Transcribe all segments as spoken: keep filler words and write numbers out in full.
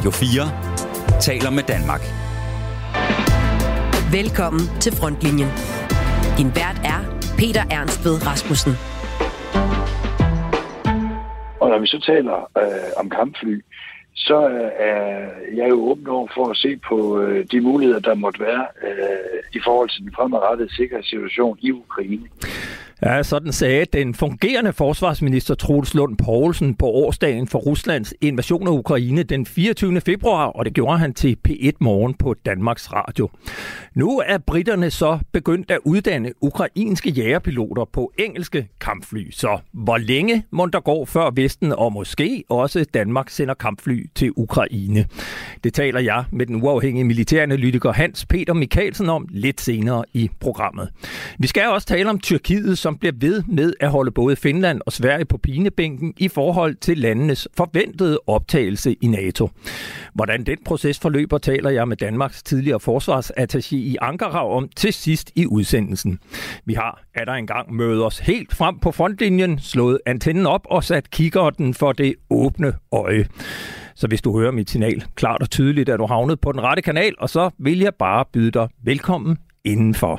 Radio fire taler med Danmark. Velkommen til Frontlinjen. Din vært er Peter Ernstved Rasmussen. Og når vi så taler øh, om kampfly, så øh, er jeg jo åben over for at se på øh, de muligheder, der måtte være øh, i forhold til den fremadrettede sikkerhedssituation i Ukraine. Ja, sådan sagde den fungerende forsvarsminister Troels Lund Poulsen på årsdagen for Ruslands invasion af Ukraine den fireogtyvende februar, og det gjorde han til P et Morgen på Danmarks Radio. Nu er britterne så begyndt at uddanne ukrainske jagerpiloter på engelske kampfly, så hvor længe må der gå før Vesten og måske også Danmark sender kampfly til Ukraine? Det taler jeg med den uafhængige militæranalytiker Hans Peter Michaelsen om lidt senere i programmet. Vi skal også tale om Tyrkiet, som bliver ved med at holde både Finland og Sverige på pinebænken i forhold til landenes forventede optagelse i NATO. Hvordan den proces forløber, taler jeg med Danmarks tidligere forsvarsattaché i Ankara om til sidst i udsendelsen. Vi har er der engang mødt os helt frem på frontlinjen, slået antennen op og sat kikkerten for det åbne øje. Så hvis du hører mit signal klart og tydeligt, er du havnet på den rette kanal, og så vil jeg bare byde dig velkommen indenfor.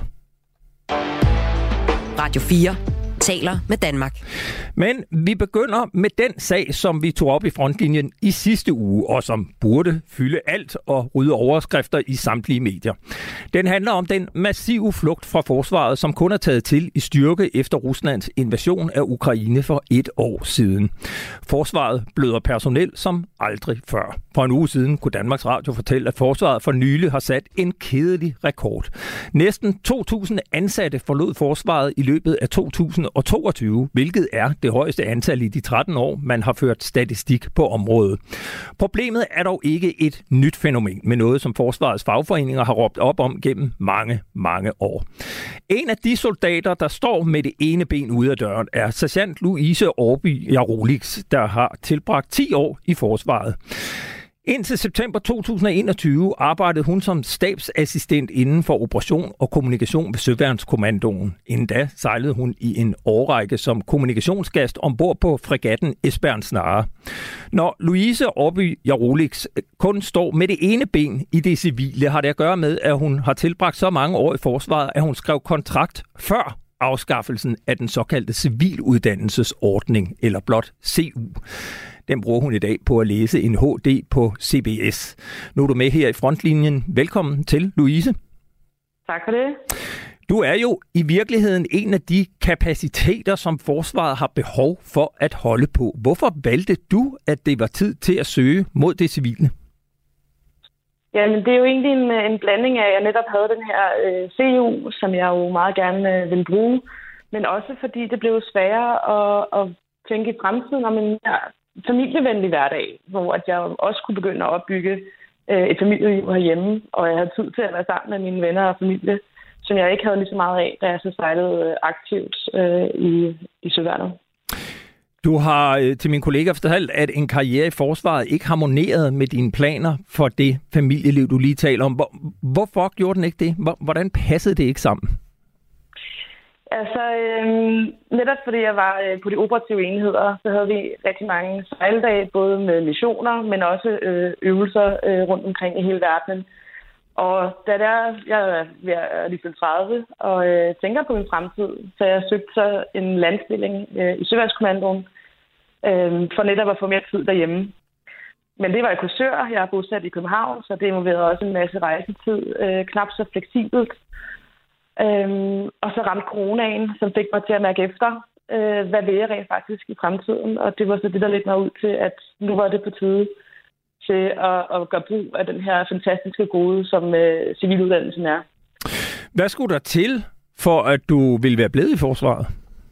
Radio fire taler med Danmark. Men vi begynder med den sag, som vi tog op i frontlinjen i sidste uge, og som burde fylde alt og rydde overskrifter i samtlige medier. Den handler om den massive flugt fra forsvaret, som kun er taget til i styrke efter Ruslands invasion af Ukraine for et år siden. Forsvaret bløder personel som aldrig før. For en uge siden kunne Danmarks Radio fortælle, at forsvaret for nylig har sat en kedelig rekord. Næsten to tusind ansatte forlod forsvaret i løbet af to tusind og toogtyve, hvilket er det højeste antal i de tretten år, man har ført statistik på området. Problemet er dog ikke et nyt fænomen, med noget, som forsvarets fagforeninger har råbt op om gennem mange, mange år. En af de soldater, der står med det ene ben ude af døren, er sergeant Louise Aarby Jarolix, der har tilbragt ti år i forsvaret. Indtil september to tusind og enogtyve arbejdede hun som stabsassistent inden for operation og kommunikation ved Søværnskommandoen. Inden da sejlede hun i en årrække som kommunikationsgast ombord på fregatten Esbern Snare. Når Louise Aarby Jarolix kun står med det ene ben i det civile, har det at gøre med, at hun har tilbragt så mange år i forsvaret, at hun skrev kontrakt før afskaffelsen af den såkaldte civiluddannelsesordning, eller blot C U. Den bruger hun i dag på at læse en H D på C B S. Nu er du med her i frontlinjen. Velkommen til, Louise. Tak for det. Du er jo i virkeligheden en af de kapaciteter, som forsvaret har behov for at holde på. Hvorfor valgte du, at det var tid til at søge mod det civile? Jamen, det er jo egentlig en, en blanding af, at jeg netop havde den her øh, C U, som jeg jo meget gerne øh, ville bruge, men også fordi det blev sværere at, at tænke i fremtiden om en mere familievenlig hverdag, hvor at jeg også kunne begynde at opbygge øh, et familieliv herhjemme, og jeg havde tid til at være sammen med mine venner og familie, som jeg ikke havde lige så meget af, da jeg så sejlede øh, aktivt øh, i, i Søværnet. Du har øh, til min kollega fortalt, at en karriere i forsvaret ikke harmonerede med dine planer for det familieliv, du lige taler om. Hvor, hvorfor gjorde den ikke det? Hvordan passede det ikke sammen? Altså, øh, netop fordi jeg var øh, på de operative enheder, så havde vi rigtig mange sejldage, både med missioner, men også øh, øvelser øh, rundt omkring i hele verdenen. Og da der, jeg er lige fyldt tredive og øh, tænker på min fremtid, så jeg søgte så en landstilling øh, i Søværnskommandoen øh, for netop at få mere tid derhjemme. Men det var i Korsør, jeg er bosat i København, så det involverede også en masse rejsetid, øh, knap så fleksibelt. Øhm, og så ramte coronaen, som fik mig til at mærke efter, øh, hvad vil jeg rent faktisk i fremtiden. Og det var så det, der ledte mig ud til, at nu var det på tide til at, at gøre brug af den her fantastiske gode, som øh, civiluddannelsen er. Hvad skulle der til, for at du ville være blevet i forsvaret?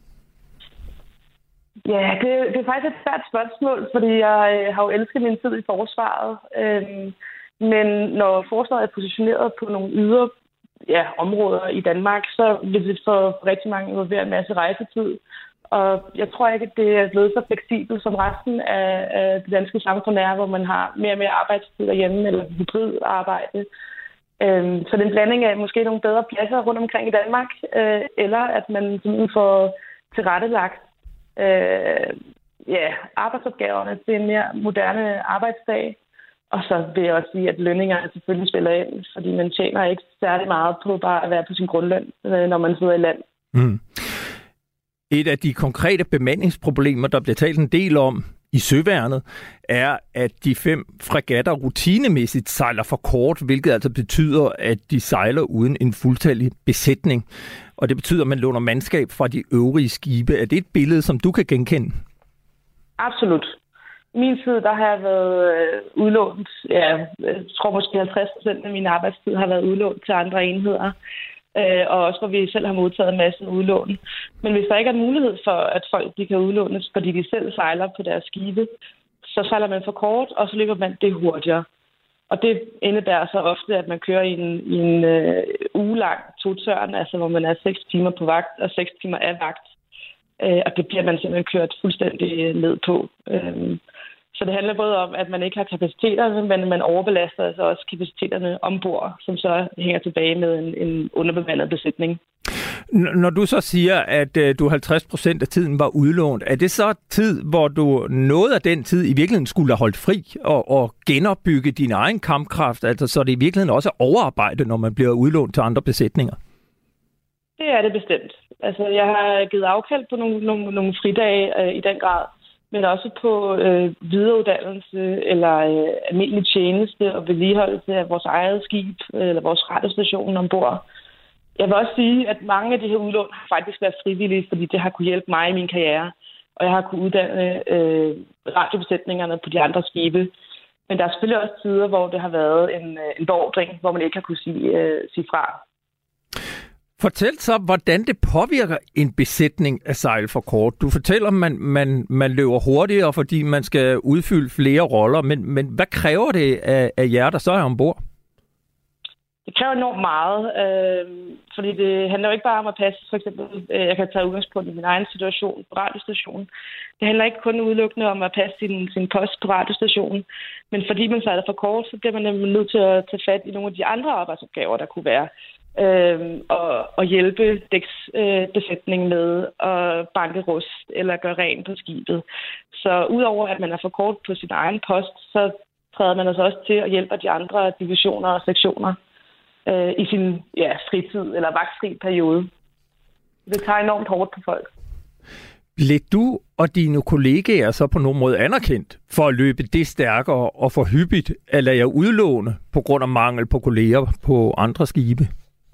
Ja, det, det er faktisk et svært spørgsmål, fordi jeg øh, har jo elsket min tid i forsvaret. Øh, men når forsvaret er positioneret på nogle ydre ja, områder i Danmark, så vil det for rigtig mange involvere en masse rejsetid. Og jeg tror ikke, at det er blevet så fleksibelt som resten af, af det danske samfund er, hvor man har mere og mere arbejdstid derhjemme eller hybrid arbejde. Øhm, så det er en blanding af måske nogle bedre pladser rundt omkring i Danmark, øh, eller at man simpelthen får tilrettelagt øh, ja, arbejdsopgaverne til en mere moderne arbejdsdag, Og så vil jeg også sige, at lønningerne selvfølgelig spiller ind, fordi man tjener ikke særlig meget på bare at være på sin grundløn, når man sidder i land. Mm. Et af de konkrete bemandingsproblemer, der bliver talt en del om i søværnet, er, at de fem fregatter rutinemæssigt sejler for kort, hvilket altså betyder, at de sejler uden en fuldtallig besætning. Og det betyder, at man låner mandskab fra de øvrige skibe. Er det et billede, som du kan genkende? Absolut. I min tid, der har jeg været øh, udlånt, ja, jeg tror måske halvtreds procent af min arbejdstid har været udlånt til andre enheder. Øh, og også hvor vi selv har modtaget en masse udlån. Men hvis der ikke er mulighed for, at folk de kan udlånes, fordi de selv sejler på deres skibe, så sejler man for kort, og så løber man det hurtigere. Og det indebærer så ofte, at man kører i en, i en øh, ugelang totørn, altså hvor man er seks timer på vagt og seks timer af vagt. Øh, og det bliver man simpelthen kørt fuldstændig ned på. Øh, Så det handler både om, at man ikke har kapaciteterne, men man overbelaster altså også kapaciteterne ombord, som så hænger tilbage med en, en underbemandet besætning. Når du så siger, at uh, du halvtreds procent af tiden var udlånt, er det så tid, hvor du noget af den tid i virkeligheden skulle have holdt fri og, og genopbygge din egen kampkraft, altså så det i virkeligheden også er overarbejde, når man bliver udlånt til andre besætninger? Det er det bestemt. Altså, jeg har givet afkald på nogle, nogle, nogle fridage øh, i den grad, men også på øh, videreuddannelse eller øh, almindelig tjeneste og vedligeholdelse af vores eget skib øh, eller vores radiostation ombord. Jeg vil også sige, at mange af de her udlån har faktisk været frivillige, fordi det har kunne hjælpe mig i min karriere, og jeg har kunne uddanne øh, radiobesætningerne på de andre skibe. Men der er selvfølgelig også tider, hvor det har været en, en beordring, hvor man ikke har kunne sige, øh, sige fra. Fortæl så, hvordan det påvirker en besætning at sejle for kort. Du fortæller, at man, man, man løber hurtigere, fordi man skal udfylde flere roller, men, men hvad kræver det af, af jer, der så er ombord? Det kræver enormt meget, øh, fordi det handler jo ikke bare om at passe, for eksempel, øh, jeg kan tage udgangspunkt i min egen situation på radiostationen. Det handler ikke kun udelukkende om at passe sin, sin post på radiostationen, men fordi man sejler for kort, så bliver man nemlig nødt til at tage fat i nogle af de andre arbejdsopgaver, der kunne være. Øh, og, og hjælpe dæksbesætningen øh, med at banke rust eller gøre rent på skibet. Så udover at man er for kort på sin egen post, så træder man altså også til at hjælpe de andre divisioner og sektioner øh, i sin ja, fritid eller vagtfri periode. Det tager enormt hårdt på folk. Blev du og dine kollegaer så på nogen måde anerkendt for at løbe det stærkere og for hyppigt at lade jer udlåne på grund af mangel på kolleger på andre skibe?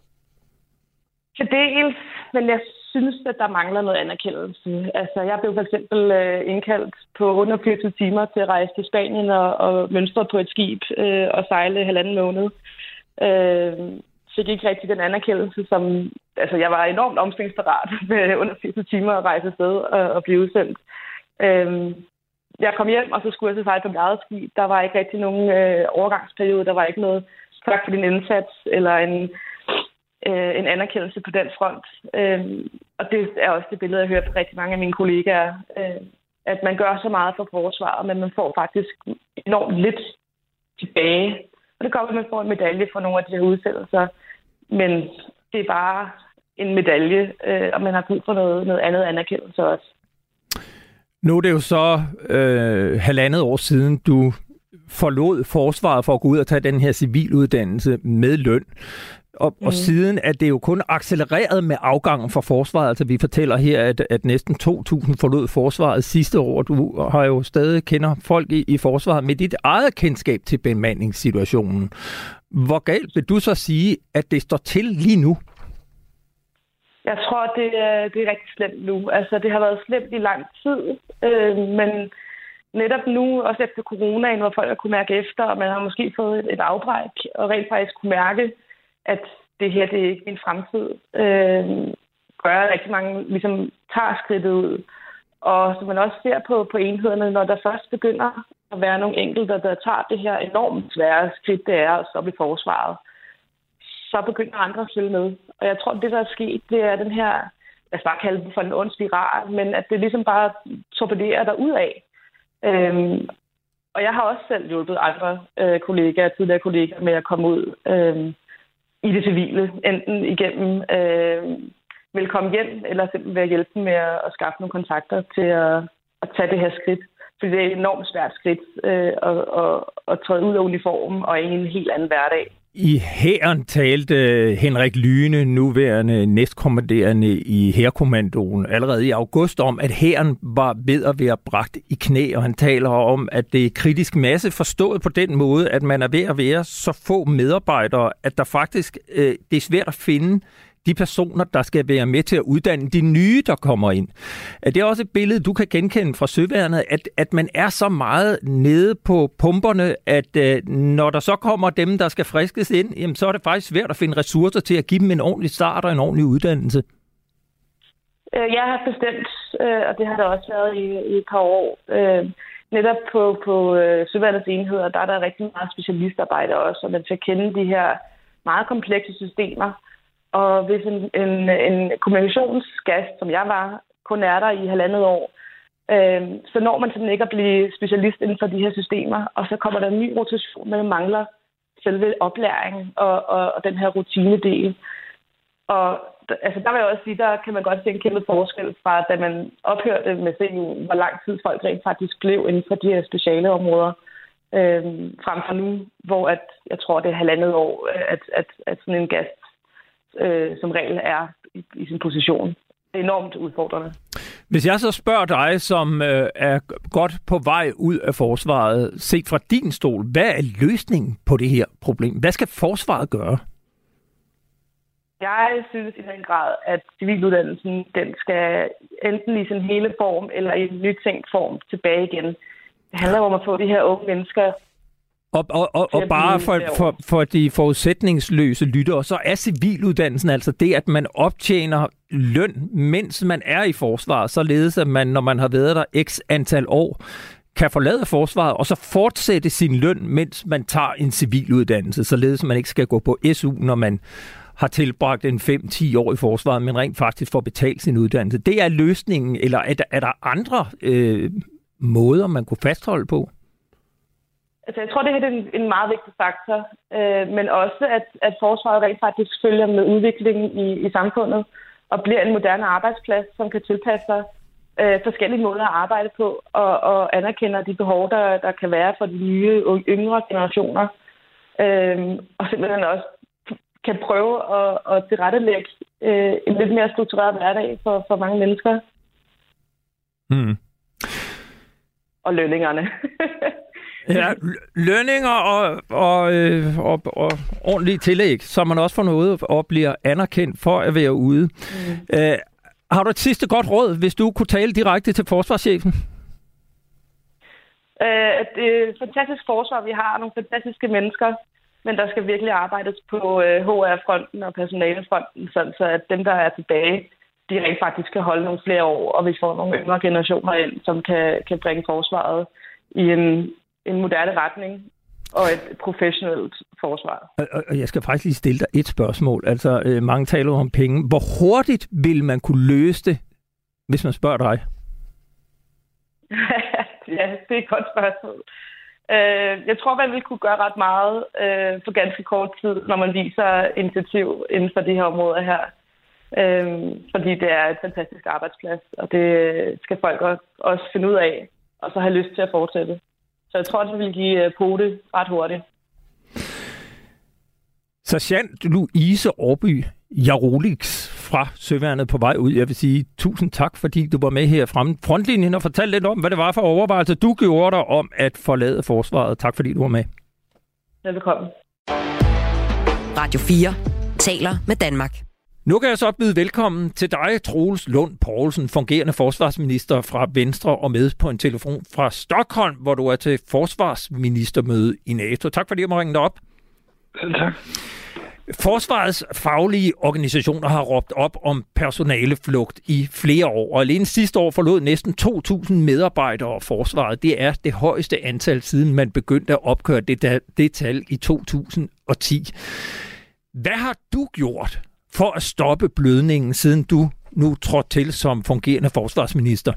Til dels, men jeg synes, at der mangler noget anerkendelse. Altså, jeg blev for eksempel øh, indkaldt på under fireogtyve timer til at rejse til Spanien og, og mønstre på et skib øh, og sejle halvanden måned. Øh, fik ikke rigtig den anerkendelse, som... Altså, jeg var enormt omstillingsparat med under fireogtyve timer at rejse afsted og, og blive udsendt. Øh, jeg kom hjem, og så skulle jeg så sejle på mit eget skib. Der var ikke rigtig nogen øh, overgangsperiode. Der var ikke noget tak for din indsats eller en... en anerkendelse på den front. Og det er også det billede, jeg hører fra rigtig mange af mine kollegaer, at man gør så meget for forsvaret, men man får faktisk enormt lidt tilbage. Og det kommer, at man får en medalje for nogle af de her udsendelser, men det er bare en medalje, og man har brug for noget, noget andet anerkendelse også. Nu er det jo så øh, halvandet år siden, du forlod forsvaret for at gå ud og tage den her civiluddannelse med løn. Og, mm. og siden er det jo kun accelereret med afgangen fra forsvaret. Altså vi fortæller her, at, at næsten to tusind forlod forsvaret sidste år. Du har jo stadig kender folk i, i forsvaret med dit eget kendskab til bemandingssituationen. Hvor galt vil du så sige, at det står til lige nu? Jeg tror, det er, det er rigtig slemt nu. Altså det har været slemt i lang tid, øh, men netop nu, også efter coronaen, hvor folk har kunne mærke efter, og man har måske fået et, et afbræk, og rent faktisk kunne mærke, at det her, det er ikke min fremtid. Øh, gør at rigtig mange ligesom tager skridtet ud. Og så man også ser på, på enhederne, når der først begynder at være nogle enkelte, der tager det her enormt svære skridt, det er at stoppe i forsvaret, så begynder andre at følge med. Og jeg tror, det der er sket, det er den her, jeg skal bare kalde det for en ond spiral, men at det ligesom bare torpederer derudad. Øh, og jeg har også selv hjulpet andre øh, kollegaer, tidligere kollegaer, med at komme ud øh, i det civile, enten igennem øh, velkommen hjem, eller simpelthen ved at hjælpe dem med at, at skaffe nogle kontakter til at, at tage det her skridt. fordi det er et enormt svært skridt øh, at, at, at træde ud af uniformen og ind i en helt anden hverdag. I hæren talte Henrik Lyne, nuværende næstkommanderende i hærkommandoen, allerede i august om, at hæren var ved at være bragt i knæ, og han taler om, at det er kritisk masse forstået på den måde, at man er ved at være så få medarbejdere, at der faktisk øh, det er svært at finde de personer, der skal være med til at uddanne de nye, der kommer ind. Er det også et billede, du kan genkende fra Søværnet, at, at man er så meget nede på pumperne, at øh, når der så kommer dem, der skal friskes ind, jamen, så er det faktisk svært at finde ressourcer til at give dem en ordentlig start og en ordentlig uddannelse? Jeg har bestemt, og det har der også været i, i et par år. Netop på, på Søværnets enheder, der er der rigtig meget specialistarbejde også, og man skal kende de her meget komplekse systemer. Og hvis en, en, en kommunikationsgast, som jeg var, kun er der i halvandet år, øh, så når man simpelthen ikke at blive specialist inden for de her systemer, og så kommer der en ny rotation, men man mangler selve oplæringen og, og, og den her rutinedel. Og altså, der vil jeg også sige, der kan man godt se en kæmpe forskel fra, da man ophørte med C U, hvor lang tid folk rent faktisk blev inden for de her speciale områder, øh, frem for nu, hvor at, jeg tror, det er halvandet år, at, at, at sådan en gast Øh, som regel er i, i sin position. Det er enormt udfordrende. Hvis jeg så spørger dig, som øh, er godt på vej ud af forsvaret, set fra din stol, hvad er løsningen på det her problem? Hvad skal forsvaret gøre? Jeg synes i den grad, at civiluddannelsen den skal enten i sin hele form eller i en nytænkt form tilbage igen. Det handler om at få de her unge mennesker. Og, og, og, og bare for, for, for de forudsætningsløse lyttere, så er civiluddannelsen altså det, at man optjener løn, mens man er i forsvaret, således at man, når man har været der x antal år, kan forlade forsvaret og så fortsætte sin løn, mens man tager en civiluddannelse, således at man ikke skal gå på S U, når man har tilbragt en fem til ti år i forsvaret, men rent faktisk får betalt sin uddannelse. Det er løsningen, eller er der, er der andre øh, måder, man kunne fastholde på? Altså, jeg tror, det her er en, en meget vigtig faktor, øh, men også, at, at forsvaret rent faktisk følger med udviklingen i, i samfundet og bliver en moderne arbejdsplads, som kan tilpasse sig øh, forskellige måder at arbejde på og, og anerkender de behov, der, der kan være for de nye og yngre generationer. Øh, og simpelthen også kan prøve at, at tilrettelægge øh, en lidt mere struktureret hverdag for, for mange mennesker. Mm. Og lønningerne. Ja, lønninger og, og, øh, og, og ordentlige tillæg, så man også får noget og bliver anerkendt for at være ude. Mm. Øh, har du et sidste godt råd, hvis du kunne tale direkte til forsvarschefen? Øh, det er et fantastisk forsvar, vi har nogle fantastiske mennesker, men der skal virkelig arbejdes på øh, H R-fronten og personalefronten, sådan så at dem, der er tilbage, de rent faktisk kan holde nogle flere år, og vi får nogle yngre generationer ind, som kan, kan bringe forsvaret i en en moderne retning og et professionelt forsvar. Og jeg skal faktisk lige stille dig et spørgsmål. Altså, øh, mange taler om penge. Hvor hurtigt vil man kunne løse det, hvis man spørger dig? Ja, det er et godt spørgsmål. Øh, jeg tror, man vil kunne gøre ret meget øh, på ganske kort tid, når man viser initiativ inden for de her områder her. Øh, fordi det er et fantastisk arbejdsplads, og det skal folk også finde ud af, og så have lyst til at fortsætte. Så jeg tror, det vil give pote ret hurtigt. Sergeant Louise Aarby Jarolix fra Søværnet på vej ud. Jeg vil sige tusind tak, fordi du var med her fremme frontlinjen og fortalte lidt om, hvad det var for overvejelser, du gjorde dig om at forlade forsvaret. Tak fordi du var med. Velkommen. Radio fire taler med Danmark. Nu kan jeg så byde velkommen til dig, Troels Lund Poulsen, fungerende forsvarsminister fra Venstre, og med på en telefon fra Stockholm, hvor du er til forsvarsministermøde i NATO. Tak fordi jeg må ringe dig op. Selv tak. Forsvarets faglige organisationer har råbt op om personaleflugt i flere år, og alene sidste år forlod næsten to tusind medarbejdere forsvaret. Det er det højeste antal, siden man begyndte at opkøre det, det tal i to tusind og ti. Hvad har du gjort for at stoppe blødningen, siden du nu trådte til som fungerende forsvarsminister?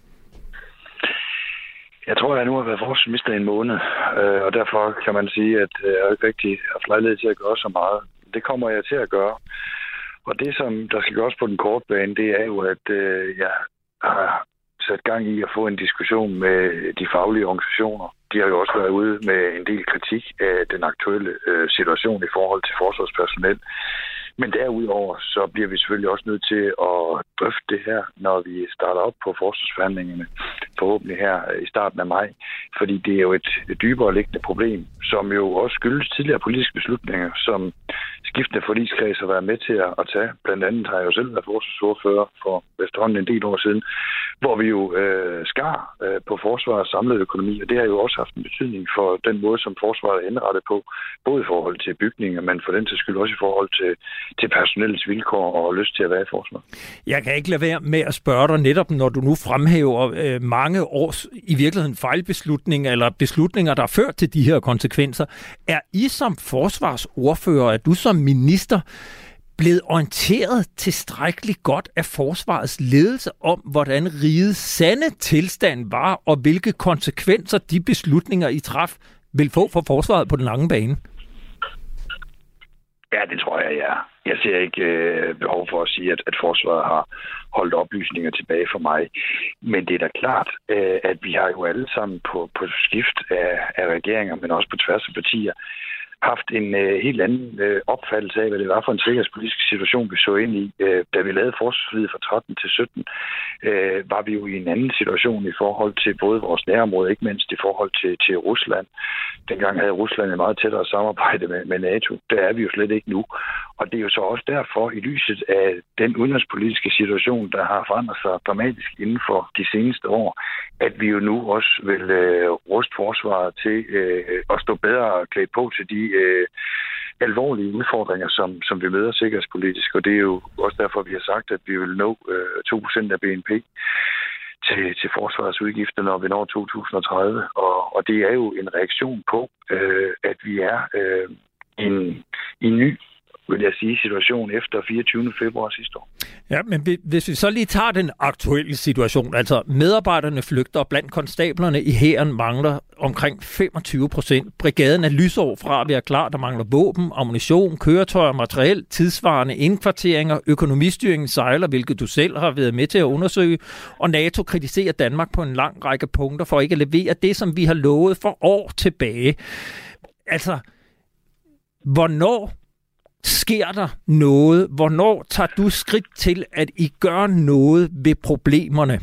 Jeg tror, jeg nu har været forsvarsminister i en måned, og derfor kan man sige, at jeg ikke rigtig har lejlighed til at gøre så meget. Det kommer jeg til at gøre. Og det, som der skal gøres på den korte bane, det er jo, at jeg har sat gang i at få en diskussion med de faglige organisationer. De har jo også været ude med en del kritik af den aktuelle øh, situation i forhold til forsvarspersonel. Men derudover så bliver vi selvfølgelig også nødt til at drøfte det her, når vi starter op på forsvarsforhandlingerne, forhåbentlig her i starten af maj. Fordi det er jo et, et dybere liggende problem, som jo også skyldes tidligere politiske beslutninger, som skiftende forligskredser har været med til at tage. Blandt andet har jeg jo selv været forsvarsordfører for efterhånden en del år siden, hvor vi jo øh, skar øh, på forsvarets samlede økonomi, og det har jo også haft en betydning for den måde, som forsvaret er indrettet på, både i forhold til bygninger, men for den til skyld også i forhold til til personellets vilkår og lyst til at være i forsvar. Jeg kan ikke lade være med at spørge dig netop, når du nu fremhæver øh, mange års i virkeligheden fejlbeslutninger eller beslutninger, der har ført til de her konsekvenser. Er I som forsvarsordfører, er du som minister blevet orienteret tilstrækkeligt godt af forsvarets ledelse om, hvordan rigets sande tilstand var, og hvilke konsekvenser de beslutninger, I traf, vil få for forsvaret på den lange bane? Ja, det tror jeg, ja. Jeg ser ikke øh, behov for at sige, at, at forsvaret har holdt oplysninger tilbage for mig. Men det er da klart, øh, at vi har jo alle sammen på, på skift af, af regeringer, men også på tværs af partier, haft en øh, helt anden øh, opfattelse af, hvad det var for en sikkerhedspolitisk situation, vi så ind i. Øh, da vi lavede forsvarsforliget fra tretten til sytten, øh, var vi jo i en anden situation i forhold til både vores nærområde, ikke mindst i forhold til, til Rusland. Dengang havde Rusland et meget tættere samarbejde med, med NATO. Der er vi jo slet ikke nu. Og det er jo så også derfor, i lyset af den udenrigspolitiske situation, der har forandret sig dramatisk inden for de seneste år, at vi jo nu også vil øh, ruste forsvaret til øh, at stå bedre klædt på til de øh, alvorlige udfordringer, som, som vi møder sikkerhedspolitisk. Og det er jo også derfor, vi har sagt, at vi vil nå øh, to procent af B N P til, til forsvarets udgifter, når vi når to tusind og tredive. Og, og det er jo en reaktion på, øh, at vi er øh, en, en ny, vil jeg sige, situation efter fireogtyvende februar sidste år. Ja, men hvis vi så lige tager den aktuelle situation, altså medarbejderne flygter, blandt konstablerne i hæren mangler omkring femogtyve procent. Brigaden er lysår fra at være klar, der mangler våben, ammunition, køretøjer, materiel, tidsvarende indkvarteringer, økonomistyringen sejler, hvilket du selv har været med til at undersøge, og NATO kritiserer Danmark på en lang række punkter for ikke at levere det, som vi har lovet for år tilbage. Altså, hvornår sker der noget? Hvornår tager du skridt til, at I gør noget ved problemerne?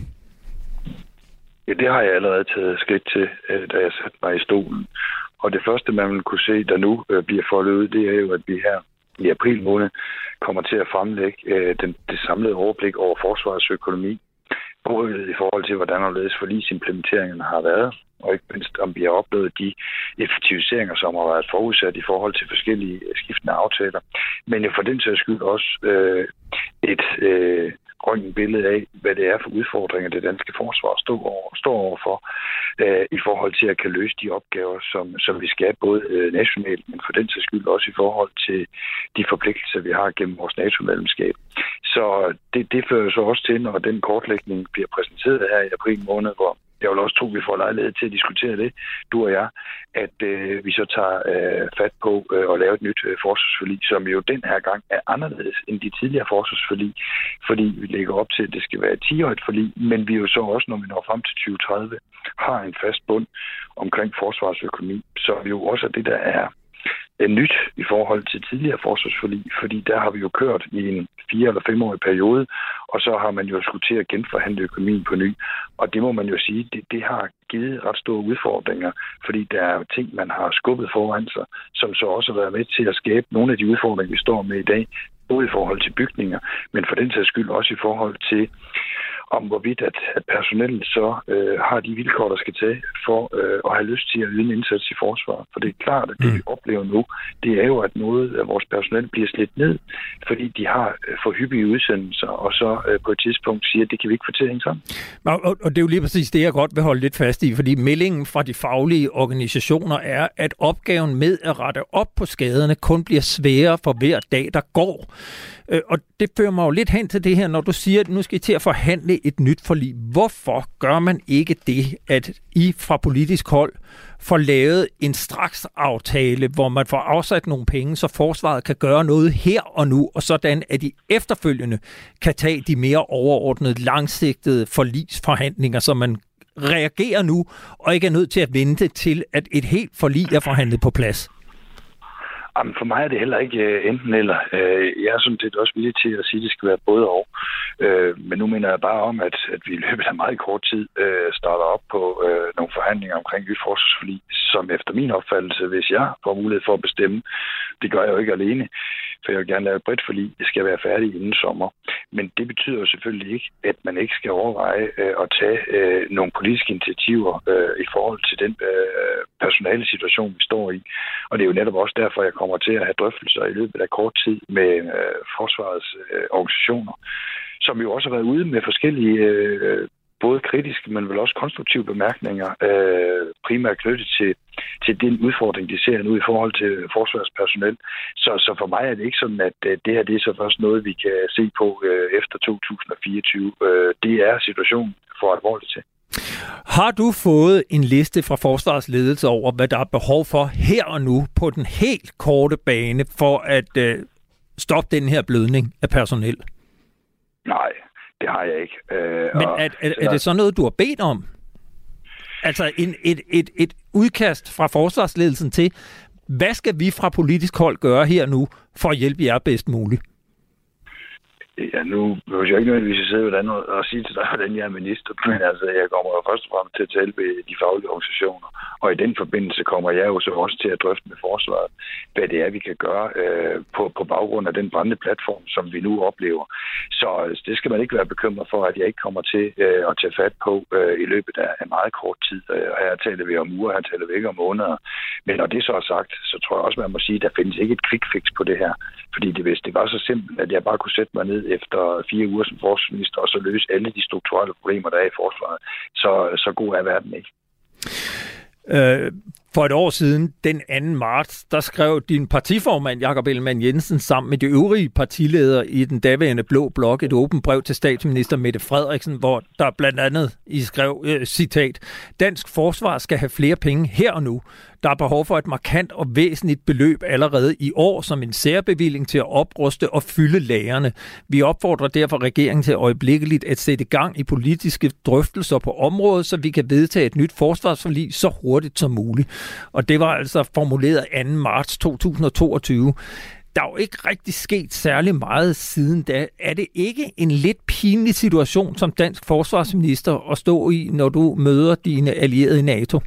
Ja, det har jeg allerede taget skridt til, da jeg satte mig i stolen. Og det første, man vil kunne se, der nu bliver foldet ud, det er jo, at vi her i april måned kommer til at fremlægge den, det samlede overblik over forsvarets økonomi. Både i forhold til, hvordan og forligsimplementeringerne har været, og ikke mindst om vi har opnået de effektiviseringer, som har været forudsat i forhold til forskellige skiftende aftaler. Men jo for den sags skyld også øh, et øh, grønt billede af, hvad det er for udfordringer, det danske forsvar står, over, står overfor øh, i forhold til at kan løse de opgaver, som, som vi skal, både øh, nationalt, men for den sags skyld også i forhold til de forpligtelser, vi har gennem vores NATO-medlemskab. Så det, det fører så også til, når den kortlægning bliver præsenteret her i april måned, hvor jeg vil også tro, at vi får lejlighed til at diskutere det, du og jeg, at øh, vi så tager øh, fat på øh, at lave et nyt øh, forsvarsforlig, som jo den her gang er anderledes end de tidligere forsvarsforlig, fordi vi lægger op til, at det skal være et ti-årigt forlig, men vi jo så også, når vi når frem til tyve tredive, har en fast bund omkring forsvarsøkonomi, så jo også er det, der er er nyt i forhold til tidligere forsvarsforlig, fordi der har vi jo kørt i en fire- eller femårig periode, og så har man jo skulle til at genforhandle økonomien på ny. Og det må man jo sige, det, det har givet ret store udfordringer, fordi der er ting, man har skubbet foran sig, som så også har været med til at skabe nogle af de udfordringer, vi står med i dag, både i forhold til bygninger, men for den sags skyld også i forhold til om hvorvidt at, at personellet så øh, har de vilkår, der skal til for øh, at have lyst til at yde en indsats i forsvaret. For det er klart, at det vi oplever nu, det er jo, at noget af vores personel bliver slidt ned, fordi de har øh, for hyppige udsendelser, og så øh, på et tidspunkt siger, at det kan vi ikke få til at hænge sammen. Og, og, og det er jo lige præcis det, jeg godt vil holde lidt fast i, fordi meldingen fra de faglige organisationer er, at opgaven med at rette op på skaderne kun bliver sværere for hver dag, der går. Og det fører mig jo lidt hen til det her, når du siger, at nu skal I til at forhandle lave et nyt forlig. Hvorfor gør man ikke det, at I fra politisk hold får lavet en straksaftale, hvor man får afsat nogle penge, så forsvaret kan gøre noget her og nu, og sådan at de efterfølgende kan tage de mere overordnede, langsigtede forligsforhandlinger, så man reagerer nu, og ikke er nødt til at vente til, at et helt forlig er forhandlet på plads? Jamen, for mig er det heller ikke uh, enten eller. Uh, jeg er sådan set også villig til at sige, at det skal være både og. Uh, men nu mener jeg bare om, at, at vi i løbet af meget kort tid uh, starter op på uh, nogle forhandlinger omkring nyt forsvarsforlig, som efter min opfattelse, hvis jeg får mulighed for at bestemme, det gør jeg jo ikke alene, for jeg vil gerne lave et bredt forlig. Det skal være færdigt inden sommer. Men det betyder jo selvfølgelig ikke, at man ikke skal overveje uh, at tage uh, nogle politiske initiativer uh, i forhold til den uh, personale situation, vi står i. Og det er jo netop også derfor, jeg kommer til at have drøftelser i løbet af kort tid med øh, forsvarets øh, organisationer, som jo også har været ude med forskellige, øh, både kritiske, men vel også konstruktive bemærkninger, øh, primært knyttet til, til den udfordring, de ser nu i forhold til forsvarspersonel. Så, så for mig er det ikke sådan, at øh, det her det er så først noget, vi kan se på øh, efter to tusind fireogtyve. Øh, det er situationen for alvorligt til. Har du fået en liste fra forsvarets ledelse over, hvad der er behov for her og nu på den helt korte bane for at øh, stoppe den her blødning af personel? Nej, det har jeg ikke. Øh, Men er, er, er det så noget, du har bedt om? Altså en, et, et, et udkast fra forsvarsledelsen til, hvad skal vi fra politisk hold gøre her nu for at hjælpe jer bedst muligt? Ja, nu behøver jeg ikke nødvendigvis sidde hvordan og sige til dig, hvordan jeg er minister, men altså, jeg kommer jo først og fremmest til at tale med de faglige organisationer, og i den forbindelse kommer jeg jo så også til at drøfte med forsvaret, hvad det er, vi kan gøre øh, på, på baggrund af den brændende platform, som vi nu oplever. Så altså, det skal man ikke være bekymret for, at jeg ikke kommer til øh, at tage fat på øh, i løbet af, af meget kort tid. Øh, her taler vi om uger, her taler vi ikke om måneder. Men når det så er sagt, så tror jeg også, man må sige, at der findes ikke et quick fix på det her. Fordi det, hvis det var så simpelt, at jeg bare kunne sætte mig ned efter fire uger som forsvarsminister, og så løse alle de strukturelle problemer, der er i forsvaret, så, så god er verden ikke. Øh, for et år siden, den anden marts, der skrev din partiformand, Jakob Ellemann-Jensen, sammen med de øvrige partiledere i den daværende Blå Blok, et åbent brev til statsminister Mette Frederiksen, hvor der blandt andet I skrev, øh, citat, dansk forsvar skal have flere penge her og nu. Der er behov for et markant og væsentligt beløb allerede i år som en særbevilling til at opruste og fylde lagerne. Vi opfordrer derfor regeringen til øjeblikkeligt at sætte gang i politiske drøftelser på området, så vi kan vedtage et nyt forsvarsforlig så hurtigt som muligt. Og det var altså formuleret anden marts to tusind toogtyve. Der er jo ikke rigtig sket særlig meget siden da. Er det ikke en lidt pinlig situation som dansk forsvarsminister at stå i, når du møder dine allierede i NATO?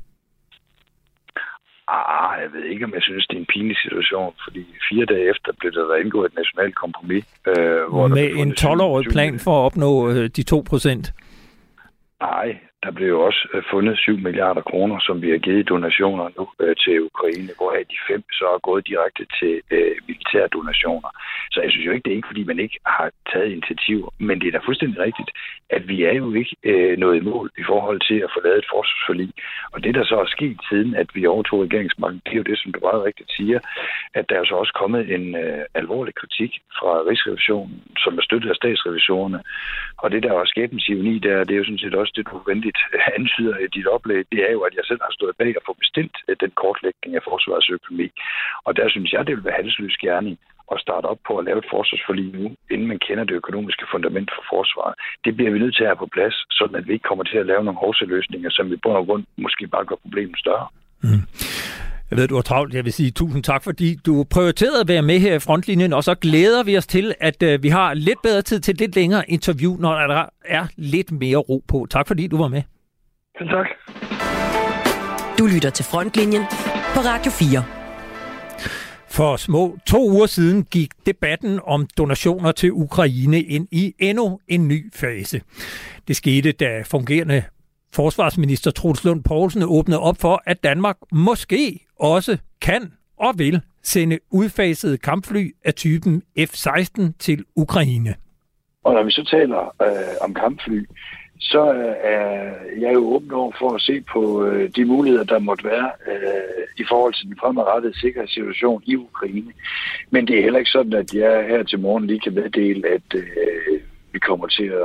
Ah, jeg ved ikke, om jeg synes, det er en pinlig situation, fordi fire dage efter blev der indgået et nationalt kompromis. Øh, hvor med en tolv-årig plan for at opnå øh, de to procent? Nej, der blev jo også øh, fundet syv milliarder kroner, som vi har givet donationer nu øh, til Ukraine, hvoraf de fem så er gået direkte til øh, militære donationer. Så jeg synes jo ikke, det er ikke, fordi man ikke har taget initiativer, men det er da fuldstændig rigtigt, at vi er jo ikke øh, nået i mål i forhold til at få lavet et forsvarsforlig. Og det, der så er sket siden, at vi overtog regeringsmagten, det er jo det, som du meget rigtigt siger, at der er så også kommet en øh, alvorlig kritik fra Rigsrevisionen, som er støttet af statsrevisorerne. Og det, der er skæbnens ironi der, det er jo sådan set også det, du venligt antyder i dit oplæg, det er jo, at jeg selv har stået bag at få bestilt den kortlægning af forsvarets økonomi. Og der synes jeg, det vil være halsløs gerning at starte op på at lave et forsvarsforlig nu, inden man kender det økonomiske fundament for forsvaret. Det bliver vi nødt til at have på plads, sådan at vi ikke kommer til at lave nogle hovsaløsninger, som i bund og grund måske bare gør problemet større. Mm. Jeg ved, du har travlt. Jeg vil sige tusind tak, fordi du prioriterede at være med her i frontlinjen, og så glæder vi os til, at uh, vi har lidt bedre tid til lidt længere interview, når der er lidt mere ro på. Tak fordi du var med. Ja, tak. Du lytter til Frontlinjen på Radio fire. For små to uger siden gik debatten om donationer til Ukraine ind i endnu en ny fase. Det skete, da fungerende forsvarsminister Troels Lund Poulsen åbnede op for, at Danmark måske også kan og vil sende udfasede kampfly af typen F seksten til Ukraine. Og når vi så taler øh, om kampfly, så er jeg jo åben over for at se på øh, de muligheder, der måtte være øh, i forhold til den fremadrettede sikkerhedssituation i Ukraine. Men det er heller ikke sådan, at jeg her til morgen lige kan meddele, at øh, vi kommer til at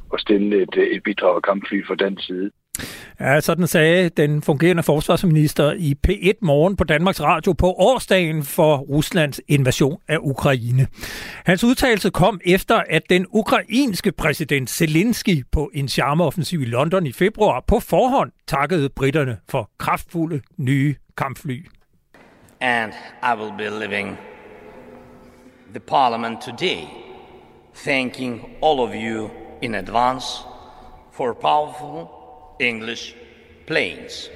at stille et, et bidrag af kampfly fra den side. Ja, sådan sagde den fungerende forsvarsminister i P et Morgen på Danmarks Radio på årsdagen for Ruslands invasion af Ukraine. Hans udtalelse kom efter, at den ukrainske præsident Zelensky på en charmeoffensiv i London i februar på forhånd takkede britterne for kraftfulde nye kampfly. And I will be leaving the parliament today thanking all of you in advance for powerful English planes.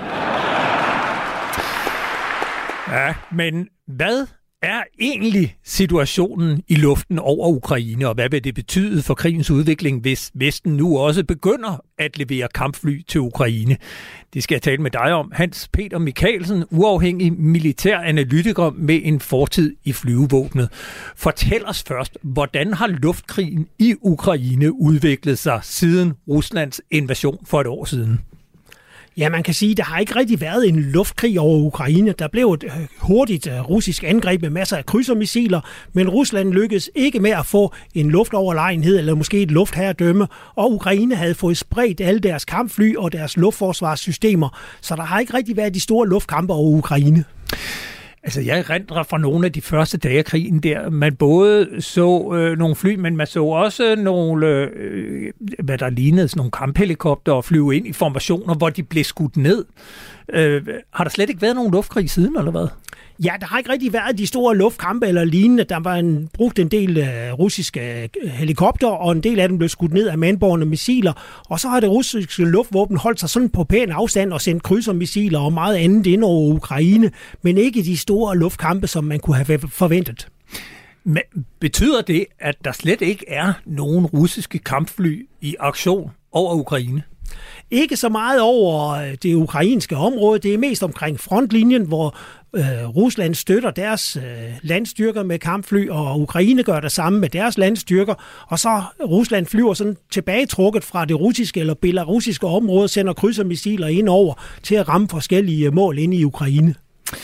Ja, men hvad er egentlig situationen i luften over Ukraine, og hvad vil det betyde for krigens udvikling, hvis Vesten nu også begynder at levere kampfly til Ukraine? Det skal jeg tale med dig om. Hans Peter Michaelsen, uafhængig militær analytiker med en fortid i flyvevåbnet. Fortæl os først, hvordan har luftkrigen i Ukraine udviklet sig siden Ruslands invasion for et år siden? Ja, man kan sige, at der har ikke rigtig været en luftkrig over Ukraine. Der blev et hurtigt russisk angreb med masser af krydsermissiler, men Rusland lykkedes ikke med at få en luftoverlegenhed eller måske et luftherredømme, og Ukraine havde fået spredt alle deres kampfly og deres luftforsvarssystemer, så der har ikke rigtig været de store luftkampe over Ukraine. Altså, jeg erindrer fra nogle af de første dage af krigen der, man både så øh, nogle fly, men man så også nogle, øh, hvad der lignede, sådan nogle kamphelikoptere flyve ind i formationer, hvor de blev skudt ned. Øh, har der slet ikke været nogen luftkrig siden, eller hvad? Ja, der har ikke rigtig været de store luftkampe eller lignende. Der var en, brugt en del uh, russiske helikopter, og en del af dem blev skudt ned af mandbårne missiler. Og så har det russiske luftvåben holdt sig sådan på pæn afstand og sendt krydsermissiler og meget andet ind over Ukraine, men ikke de store luftkampe, som man kunne have forventet. Men betyder det, at der slet ikke er nogen russiske kampfly i aktion over Ukraine? Ikke så meget over det ukrainske område. Det er mest omkring frontlinjen, hvor øh, Rusland støtter deres øh, landstyrker med kampfly, og Ukraine gør det samme med deres landstyrker. Og så Rusland flyver sådan tilbagetrukket fra det russiske eller belarusiske område, sender krydsermissiler ind over til at ramme forskellige mål inde i Ukraine.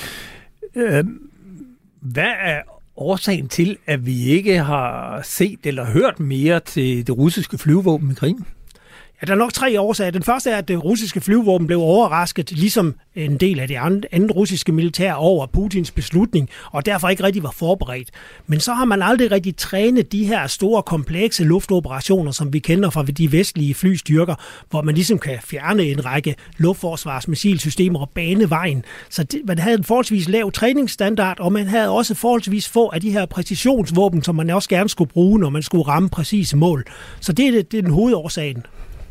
Øh, hvad er årsagen til, at vi ikke har set eller hørt mere til det russiske flyvevåben i krigen? Ja, der er nok tre årsager. Den første er, at det russiske flyvevåben blev overrasket, ligesom en del af det andet russiske militær over Putins beslutning, og derfor ikke rigtig var forberedt. Men så har man aldrig rigtig trænet de her store, komplekse luftoperationer, som vi kender fra de vestlige flystyrker, hvor man ligesom kan fjerne en række luftforsvarsmissilsystemer og bane vejen. Så det, man havde en forholdsvis lav træningsstandard, og man havde også forholdsvis få af de her præcisionsvåben, som man også gerne skulle bruge, når man skulle ramme præcise mål. Så det er, det, det er den hovedårsagen.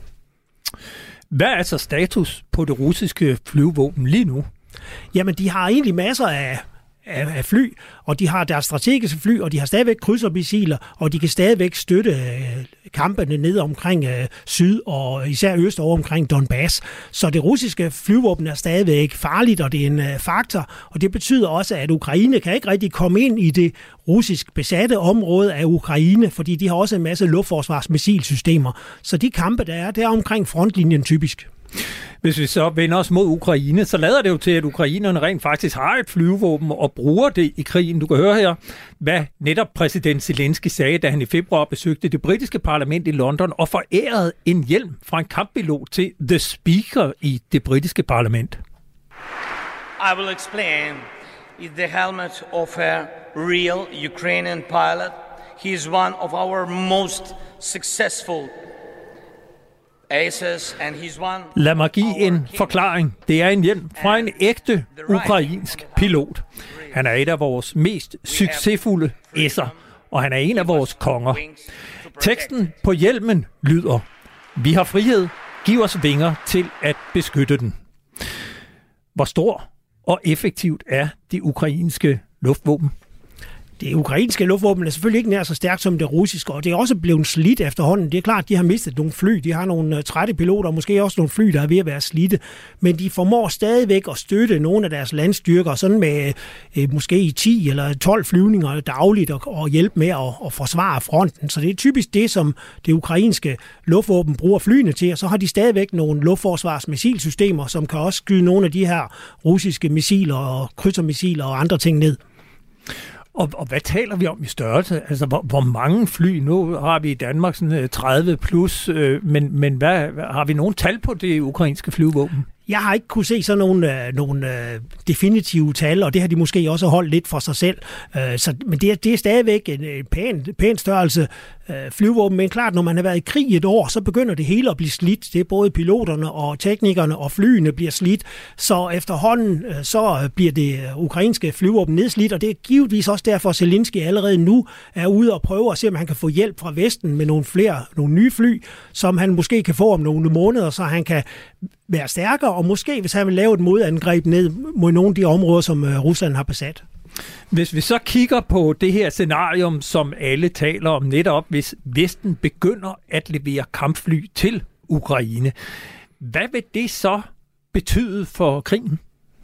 Hvad er altså status på det russiske flyvevåben lige nu? Jamen, de har egentlig masser af, af, af fly, og de har deres strategiske fly, og de har stadigvæk krydsermissiler, og de kan stadigvæk støtte øh, kampene ned omkring øh, syd, og især øst over omkring Donbass. Så det russiske flyvåben er stadigvæk farligt, og det er en øh, faktor, og det betyder også, at Ukraine kan ikke rigtig komme ind i det russisk besatte område af Ukraine, fordi de har også en masse luftforsvarsmissilsystemer. Så de kampe, der er, det er omkring frontlinjen typisk. Hvis vi så vender os mod Ukraine, så lader det jo til, at ukrainerne rent faktisk har et flyvevåben og bruger det i krigen. Du kan høre her, hvad netop præsident Zelensky sagde, da han i februar besøgte det britiske parlament i London og forærede en hjelm fra en kamppilot til The Speaker i det britiske parlament. I will explain. Is the helmet of a real Ukrainian pilot. He is one of our most successful aces, and he's one. Lad mig give en forklaring. Det er en hjelm fra en ægte ukrainsk pilot. Han er et af vores mest succesfulde esser, og han er en af vores konger. Teksten på hjelmen lyder: Vi har frihed, giv os vinger til at beskytte den. Hvor stor og effektivt er det ukrainske luftvåben? Det ukrainske luftvåben er selvfølgelig ikke nær så stærkt som det russiske, og det er også blevet slidt efterhånden. Det er klart, at de har mistet nogle fly. De har nogle trætte piloter, måske også nogle fly, der er ved at være slidte. Men de formår stadigvæk at støtte nogle af deres landstyrker, sådan med øh, måske ti eller tolv flyvninger dagligt, og, og hjælpe med at, at forsvare fronten. Så det er typisk det, som det ukrainske luftvåben bruger flyene til, og så har de stadigvæk nogle luftforsvarsmissilsystemer, som kan også skyde nogle af de her russiske missiler og krydsermissiler og andre ting ned. Og, og hvad taler vi om i størrelse? Altså, hvor, hvor mange fly? Nu har vi i Danmark sådan tredive plus, øh, men, men hvad, har vi nogen tal på det ukrainske flyvåben? Jeg har ikke kunne se sådan nogle, øh, nogle øh, definitive tal, og det har de måske også holdt lidt for sig selv. Øh, så, men det er, det er stadigvæk en, en pæn, pæn størrelse øh, flyvåben. Men klart, når man har været i krig et år, så begynder det hele at blive slidt. Det er både piloterne og teknikerne og flyene bliver slidt. Så efterhånden øh, så bliver det ukrainske flyvåben nedslidt, og det er givetvis også derfor, at Zelensky allerede nu er ude og prøve at se, om han kan få hjælp fra Vesten med nogle flere, nogle nye fly, som han måske kan få om nogle måneder, så han kan være stærkere, og måske, hvis han vil lave et modangreb ned mod nogle af de områder, som Rusland har besat. Hvis vi så kigger på det her scenarium, som alle taler om netop, hvis Vesten begynder at levere kampfly til Ukraine, hvad vil det så betyde for krigen?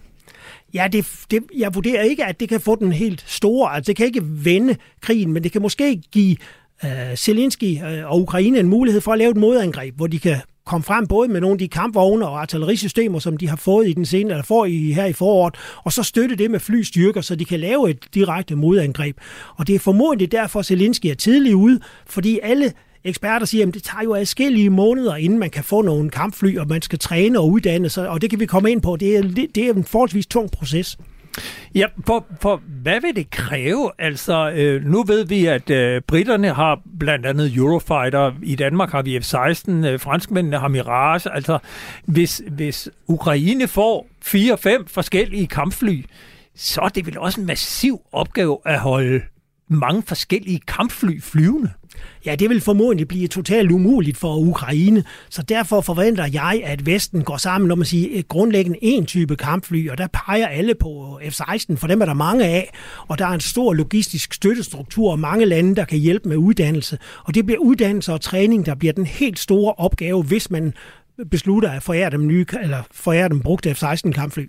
Ja, det, det, jeg vurderer ikke, at det kan få den helt store, altså det kan ikke vende krigen, men det kan måske give uh, Zelensky uh, og Ukraine en mulighed for at lave et modangreb, hvor de kan komme frem både med nogle af de kampvogne og artillerisystemer, som de har fået i den senere, eller får i, her i foråret, og så støtte det med flystyrker, så de kan lave et direkte modangreb. Og det er formodentlig derfor, at Zelensky er tidlig ude, fordi alle eksperter siger, at det tager jo adskillige måneder, inden man kan få nogle kampfly, og man skal træne og uddanne sig, og det kan vi komme ind på. Det er, det er en forholdsvis tung proces. Ja, for, for hvad vil det kræve? Altså, øh, nu ved vi, at øh, britterne har blandt andet Eurofighter, i Danmark har vi F seksten, øh, franskmændene har Mirage. Altså, hvis, hvis Ukraine får fire fem forskellige kampfly, så er det vel også en massiv opgave at holde mange forskellige kampfly flyvende. Ja, det vil formodentlig blive totalt umuligt for Ukraine, så derfor forventer jeg, at Vesten går sammen om at sige grundlæggende en type kampfly, og der peger alle på F seksten, for dem er der mange af, og der er en stor logistisk støttestruktur og mange lande, der kan hjælpe med uddannelse, og det bliver uddannelse og træning, der bliver den helt store opgave, hvis man beslutter at forære dem nye, eller forære dem brugte F seksten kampfly.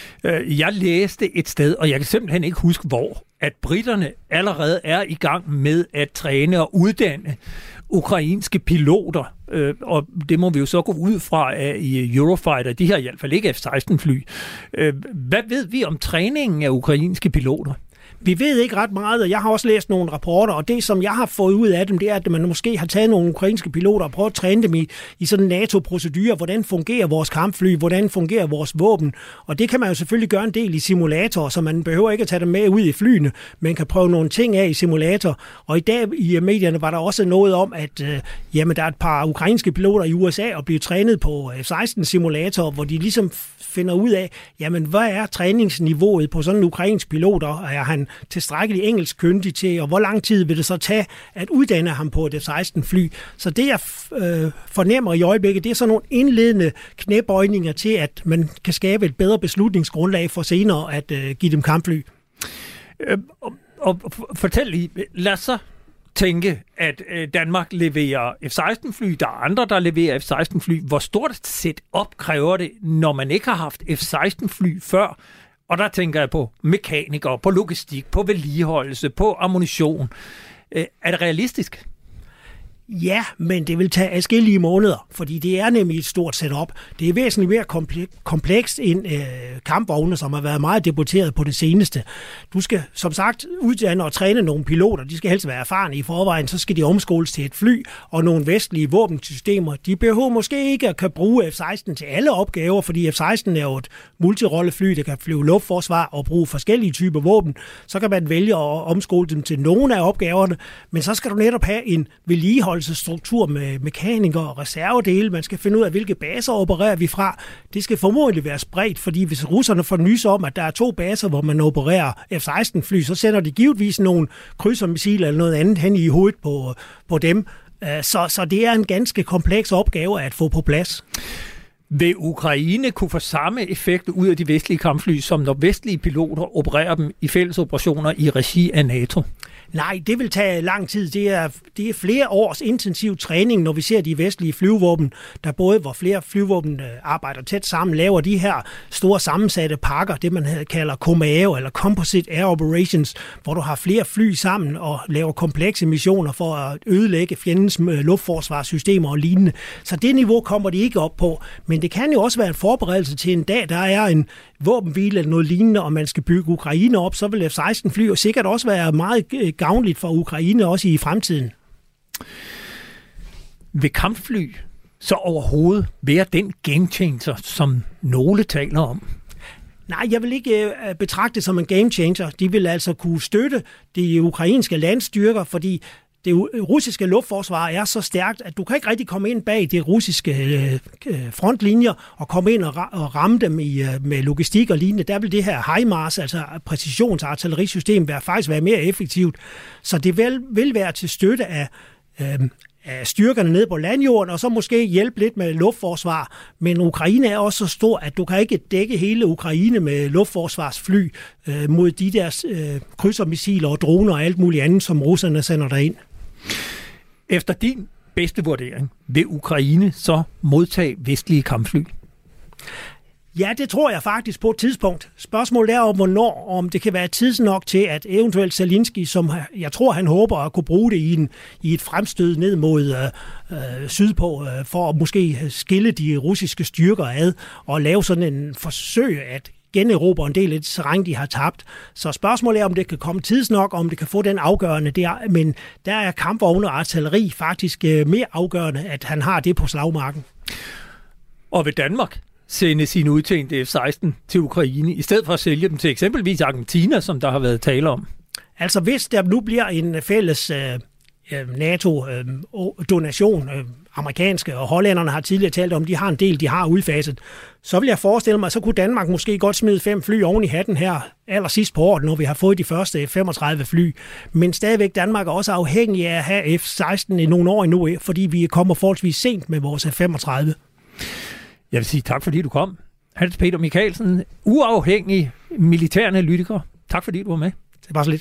Jeg læste et sted, og jeg kan simpelthen ikke huske hvor, at britterne allerede er i gang med at træne og uddanne ukrainske piloter, og det må vi jo så gå ud fra at i Eurofighter. De har i hvert fald ikke F seksten fly. Hvad ved vi om træningen af ukrainske piloter? Vi ved ikke ret meget, og jeg har også læst nogle rapporter, og det, som jeg har fået ud af dem, det er, at man måske har taget nogle ukrainske piloter og prøvet at træne dem i, i sådan en NATO-procedure. Hvordan fungerer vores kampfly? Hvordan fungerer vores våben? Og det kan man jo selvfølgelig gøre en del i simulatorer, så man behøver ikke at tage dem med ud i flyene, men kan prøve nogle ting af i simulator. Og i dag i medierne var der også noget om, at øh, jamen, der er et par ukrainske piloter i U S A og bliver trænet på F seksten simulatorer, hvor de ligesom finder ud af, jamen, hvad er træningsniveauet på sådan en ukrainsk pilot, og er han tilstrækkeligt engelsk kyndig til, og hvor lang tid vil det så tage at uddanne ham på et F seksten fly. Så det, jeg øh, fornemmer i øjeblikket, det er sådan nogle indledende knæbøjninger til, at man kan skabe et bedre beslutningsgrundlag for senere at øh, give dem kampfly. Øh, og, og fortæl lige, lad os så tænke, at Danmark leverer F seksten fly, der er andre, der leverer F seksten fly. Hvor stort et setup kræver det, når man ikke har haft F seksten fly før? Og der tænker jeg på mekanikere, på logistik, på vedligeholdelse, på ammunition. Er det realistisk? Ja, men det vil tage adskillige måneder, fordi det er nemlig et stort setup. Det er væsentligt mere komplekst end øh, kampvogne, som har været meget debatteret på det seneste. Du skal som sagt uddanne og træne nogle piloter. De skal helst være erfarne i forvejen, så skal de omskoles til et fly, og nogle vestlige våbensystemer. De behøver måske ikke at kan bruge F seksten til alle opgaver, fordi F seksten er jo et multirollefly, der kan flyve luftforsvar og bruge forskellige typer våben. Så kan man vælge at omskole dem til nogle af opgaverne, men så skal du netop have en vedligehold struktur med mekanikere og reservedele. Man skal finde ud af, hvilke baser opererer vi fra. Det skal formodentlig være spredt, fordi hvis russerne får nys om, at der er to baser, hvor man opererer F seksten fly, så sender de givetvis nogle krydsermissiler eller noget andet hen i hovedet på, på dem. Så, så det er en ganske kompleks opgave at få på plads. Vil Ukraine kunne få samme effekt ud af de vestlige kampfly, som når vestlige piloter opererer dem i fælles operationer i regi af NATO? Nej, det vil tage lang tid. Det er, det er flere års intensiv træning, når vi ser de vestlige flyvåben, der både, hvor flere flyvåben arbejder tæt sammen, laver de her store sammensatte pakker, det man kalder C O M A O, eller Composite Air Operations, hvor du har flere fly sammen og laver komplekse missioner for at ødelægge fjendens luftforsvarssystemer og lignende. Så det niveau kommer de ikke op på, men det kan jo også være en forberedelse til en dag, der er en våbenhvile eller noget lignende, og man skal bygge Ukraine op, så vil F seksten fly jo sikkert også være meget gavnligt for Ukraine, også i fremtiden. Vil kampfly så overhovedet være den game changer, som nogle taler om? Nej, jeg vil ikke uh, betragte det som en game changer. De vil altså kunne støtte de ukrainske landstyrker, fordi det russiske luftforsvar er så stærkt, at du kan ikke rigtig komme ind bag de russiske uh, frontlinjer og komme ind og, ra- og ramme dem i, uh, med logistik og lignende. Der vil det her HIMARS, altså præcisionsartillerisystem, være, faktisk være mere effektivt. Så det vil, vil være til støtte af uh, af styrkerne ned på landjorden, og så måske hjælpe lidt med luftforsvar. Men Ukraine er også så stor, at du kan ikke dække hele Ukraine med luftforsvarsfly øh, mod de der øh, krydsermissiler og droner og alt muligt andet, som russerne sender derind. Efter din bedste vurdering, vil Ukraine så modtage vestlige kampfly? Ja, det tror jeg faktisk på et tidspunkt. Spørgsmålet er om, hvornår, om det kan være tidsnok til, at eventuelt Zelensky, som jeg tror, han håber at kunne bruge det i, en, i et fremstød ned mod øh, sydpå, øh, for at måske skille de russiske styrker ad, og lave sådan en forsøg at generobre en del af det terræn, de har tabt. Så spørgsmålet er, om det kan komme tidsnok, om det kan få den afgørende der, men der er kampvogne og artilleri faktisk øh, mere afgørende, at han har det på slagmarken. Og ved Danmark sende sine udtjente F seksten til Ukraine, i stedet for at sælge dem til eksempelvis Argentina, som der har været tale om? Altså hvis der nu bliver en fælles øh, NATO-donation, øh, amerikanske og hollænderne har tidligere talt om, de har en del, de har udfaset, så vil jeg forestille mig, så kunne Danmark måske godt smide fem fly oven i hatten her allersidst på året, når vi har fået de første F femogtredive fly. Men stadigvæk Danmark er også afhængig af at have F seksten i nogle år endnu, fordi vi kommer forholdsvis sent med vores F femogtredive. Jeg vil sige tak, fordi du kom. Hans Peter Michaelsen, uafhængig militæranalytiker. Tak, fordi du var med. Det var så lidt.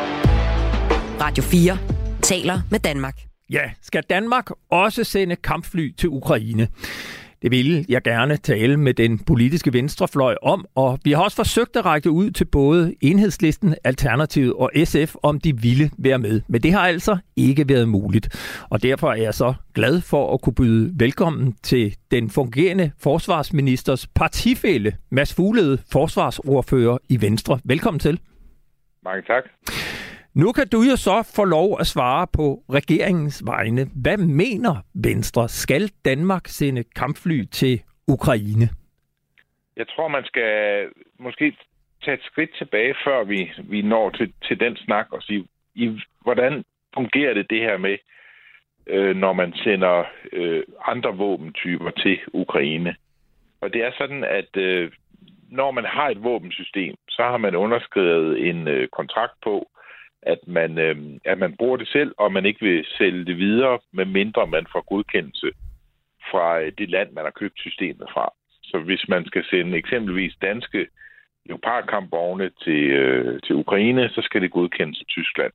Radio fire taler med Danmark. Ja, skal Danmark også sende kampfly til Ukraine? Det vil jeg gerne tale med den politiske venstrefløj om, og vi har også forsøgt at række ud til både Enhedslisten, Alternativet og S F, om de ville være med. Men det har altså ikke været muligt, og derfor er jeg så glad for at kunne byde velkommen til den fungerende forsvarsministers partifælle, Mads Fuglede, forsvarsordfører i Venstre. Velkommen til. Mange tak. Nu kan du jo så få lov at svare på regeringens vegne. Hvad mener Venstre? Skal Danmark sende kampfly til Ukraine? Jeg tror, man skal måske tage et skridt tilbage, før vi, vi når til, til den snak og sige, i, hvordan fungerer det det her med, øh, når man sender øh, andre våbentyper til Ukraine? Og det er sådan, at øh, når man har et våbensystem, så har man underskrevet en øh, kontrakt på, at man, øh, at man bruger det selv, og man ikke vil sælge det videre, medmindre man får godkendelse fra øh, det land, man har købt systemet fra. Så hvis man skal sende eksempelvis danske Leopard-kampvogne til, øh, til Ukraine, så skal det godkendes i Tyskland.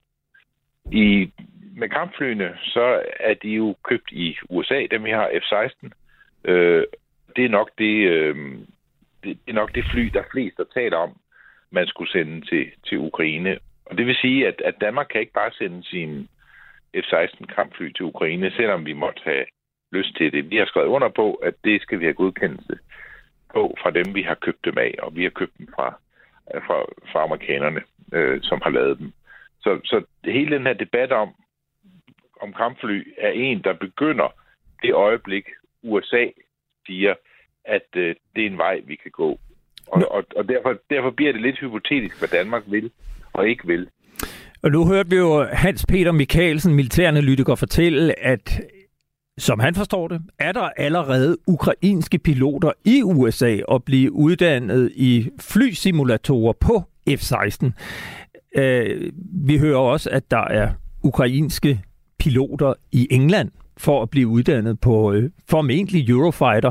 I, med kampflyene, så er de jo købt i U S A, dem vi har F seksten. Øh, det, er nok det, øh, det, det er nok det fly, der flest der taler om, man skulle sende til, til Ukraine. Og det vil sige, at, at Danmark kan ikke bare sende sine F seksten kampfly til Ukraine, selvom vi måtte have lyst til det. Vi har skrevet under på, at det skal vi have godkendelse på fra dem, vi har købt dem af, og vi har købt dem fra, fra, fra amerikanerne, øh, som har lavet dem. Så, så hele den her debat om, om kampfly er en, der begynder det øjeblik, U S A siger, at øh, det er en vej, vi kan gå. Og, og, og derfor, derfor bliver det lidt hypotetisk, hvad Danmark vil og ikke vil. Og nu hørte vi jo Hans Peter Michaelsen, militæranalytiker, fortælle, at som han forstår det, er der allerede ukrainske piloter i U S A og blive uddannet i flysimulatorer på F seksten. Øh, vi hører også, at der er ukrainske piloter i England for at blive uddannet på øh, formentlig Eurofighter.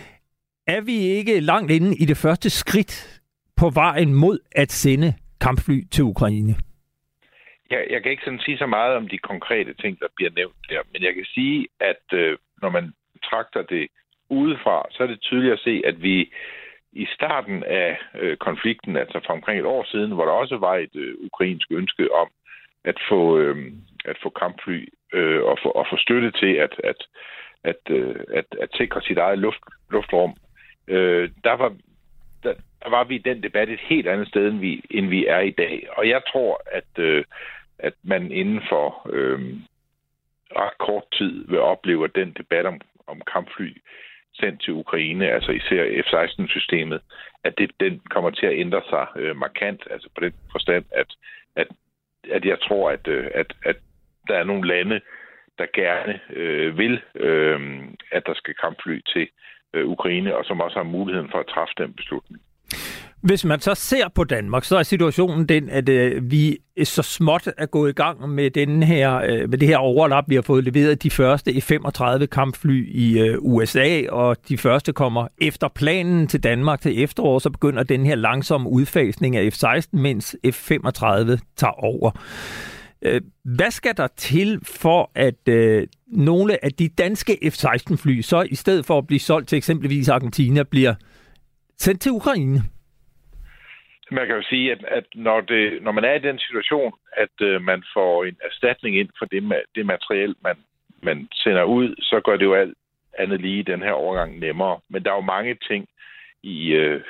Er vi ikke langt inde i det første skridt på vejen mod at sende kampfly til Ukraine? Jeg, jeg kan ikke sådan sige så meget om de konkrete ting, der bliver nævnt der, men jeg kan sige, at øh, når man betragter det udefra, så er det tydeligt at se, at vi i starten af øh, konflikten, altså for omkring et år siden, hvor der også var et øh, ukrainsk ønske om at få, øh, at få kampfly øh, og, få, og få støtte til at, at, at, øh, at, at sikre sit eget luft, luftrum. Øh, der, var, der, der var vi i den debat et helt andet sted, end vi, end vi er i dag. Og jeg tror, at, øh, at man inden for øh, ret kort tid vil opleve, at den debat om, om kampfly sendt til Ukraine, altså især F seksten-systemet, at det, den kommer til at ændre sig øh, markant, altså på den forstand, at, at, at jeg tror, at, øh, at, at der er nogle lande, der gerne øh, vil, øh, at der skal kampfly til øh, Ukraine, og som også har muligheden for at træffe den beslutning. Hvis man så ser på Danmark, så er situationen den, at øh, vi så småt er gået i gang med, den her, øh, med det her overlap. Vi har fået leveret de første F femogtredive kampfly i øh, U S A, og de første kommer efter planen til Danmark til efterår. Så begynder den her langsomme udfasning af F seksten, mens F femogtredive tager over. Øh, hvad skal der til for, at øh, nogle af de danske F seksten-fly, så i stedet for at blive solgt til eksempelvis Argentina, bliver sendt til Ukraine? Man kan jo sige, at, at når, det, når man er i den situation, at øh, man får en erstatning ind for det, det materiel, man, man sender ud, så gør det jo alt andet lige den her overgang nemmere. Men der er jo mange ting, i, øh,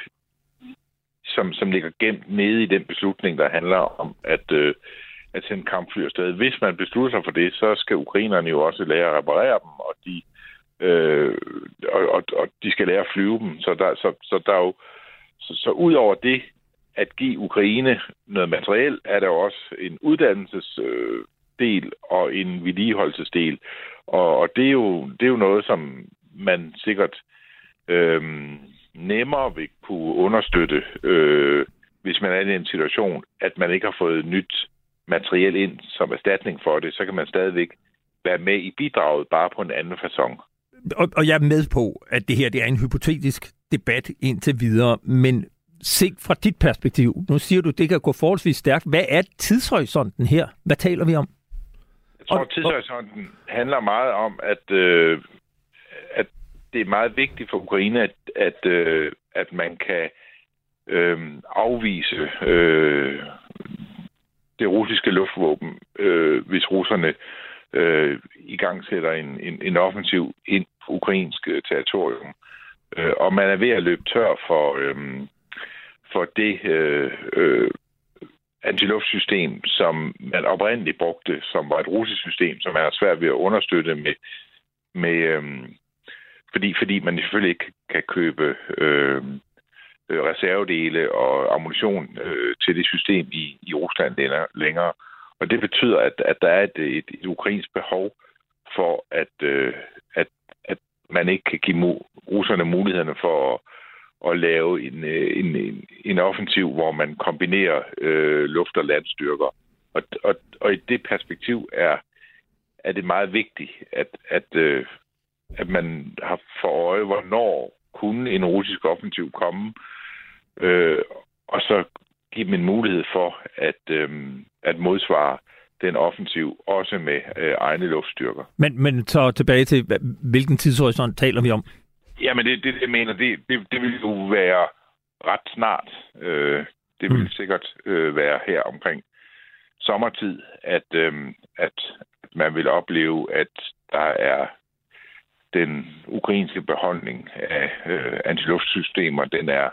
som, som ligger gemt nede i den beslutning, der handler om at, øh, at sende kampfly afsted. Hvis man beslutter sig for det, så skal ukrainerne jo også lære at reparere dem, og de, øh, og, og, og de skal lære at flyve dem. Så der, så, så der er jo så, så ud over det, at give Ukraine noget materiel, er der også en uddannelsesdel øh, og en vedligeholdelsesdel. Og, og det, er jo, det er jo noget, som man sikkert øh, nemmere vil kunne understøtte, øh, hvis man er i en situation, at man ikke har fået nyt materiel ind som erstatning for det, så kan man stadigvæk være med i bidraget, bare på en anden facon. Og, og jeg er med på, at det her det er en hypotetisk debat indtil videre, men se fra dit perspektiv, nu siger du, at det kan gå forholdsvis stærkt. Hvad er tidshorisonten her? Hvad taler vi om? Jeg tror, at tidshorisonten handler meget om, at, øh, at det er meget vigtigt for Ukraine, at, at, øh, at man kan øh, afvise øh, det russiske luftvåben, øh, hvis russerne øh, igangsætter en, en, en offensiv ind på ukrainsk territorium. Øh, og man er ved at løbe tør for... Øh, for det øh, øh, antiluftsystem, som man oprindeligt brugte, som var et russisk system, som man er svært ved at understøtte med, med øh, fordi, fordi man selvfølgelig ikke kan købe øh, reservedele og ammunition øh, til det system i, i Rusland længere. Og det betyder, at, at der er et, et, et ukrainsk behov for, at, øh, at, at man ikke kan give russerne mulighederne for at at lave en, en, en, en offensiv, hvor man kombinerer øh, luft- og landstyrker. Og, og, og i det perspektiv er, er det meget vigtigt, at, at, øh, at man har for øje, hvornår kunne en russisk offensiv komme, øh, og så give dem en mulighed for at, øh, at modsvare den offensiv, også med øh, egne luftstyrker. Men, men så tilbage til, hvilken tidshorisont taler vi om? Jamen, det, det, jeg mener, det, det, det vil jo være ret snart. Øh, det vil mm. sikkert øh, være her omkring sommertid, at, øh, at man vil opleve, at der er den ukrainske beholdning af øh, antiluftsystemer, den er,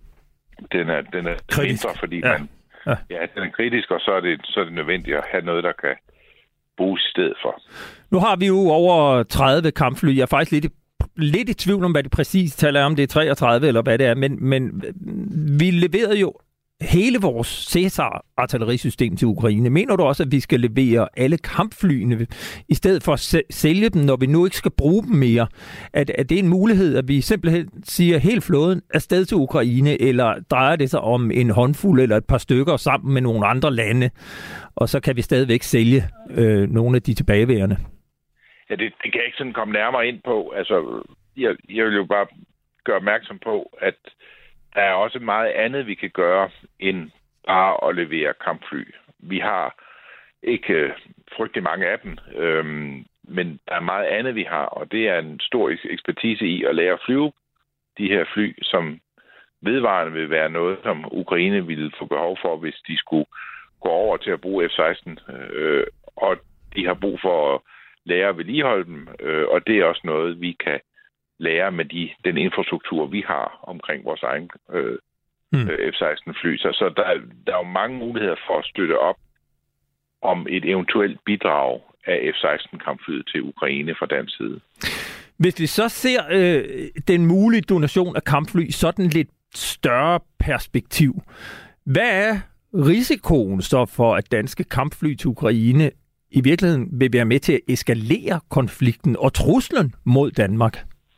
den er, den er mindre, fordi ja. man, ja. Ja, den er kritisk, og så er, det, så er det nødvendigt at have noget, der kan bruges i stedet for. Nu har vi jo over tredive kampfly. Jeg er faktisk lidt lidt i tvivl om, hvad det præcis taler om, det er treogtredive eller hvad det er, men, men vi leverede jo hele vores Cæsar-artillerisystem til Ukraine. Mener du også, at vi skal levere alle kampflyene, i stedet for at sælge dem, når vi nu ikke skal bruge dem mere? At, at det er en mulighed, at vi simpelthen siger helt flåden afsted til Ukraine, eller drejer det sig om en håndfuld eller et par stykker sammen med nogle andre lande, og så kan vi stadigvæk sælge øh, nogle af de tilbageværende? Ja, det, det kan jeg ikke sådan komme nærmere ind på. Altså, jeg, jeg vil jo bare gøre opmærksom på, at der er også meget andet, vi kan gøre, end bare at levere kampfly. Vi har ikke øh, frygtelig mange af dem, øhm, men der er meget andet, vi har, og det er en stor ekspertise i at lære at flyve de her fly, som vedvarende vil være noget, som Ukraine ville få behov for, hvis de skulle gå over til at bruge F seksten. Øh, og de har brug for at lære at vedligeholde dem, øh, og det er også noget, vi kan lære med de, den infrastruktur, vi har omkring vores egen øh, mm. F seksten fly. Så, så der, der er jo mange muligheder for at støtte op om et eventuelt bidrag af F seksten kampflyet til Ukraine fra dansk side. Hvis vi så ser øh, den mulige donation af kampfly i sådan lidt større perspektiv, hvad er risikoen så for, at danske kampfly til Ukraine i virkeligheden vil være med til at eskalere konflikten og truslen mod Danmark?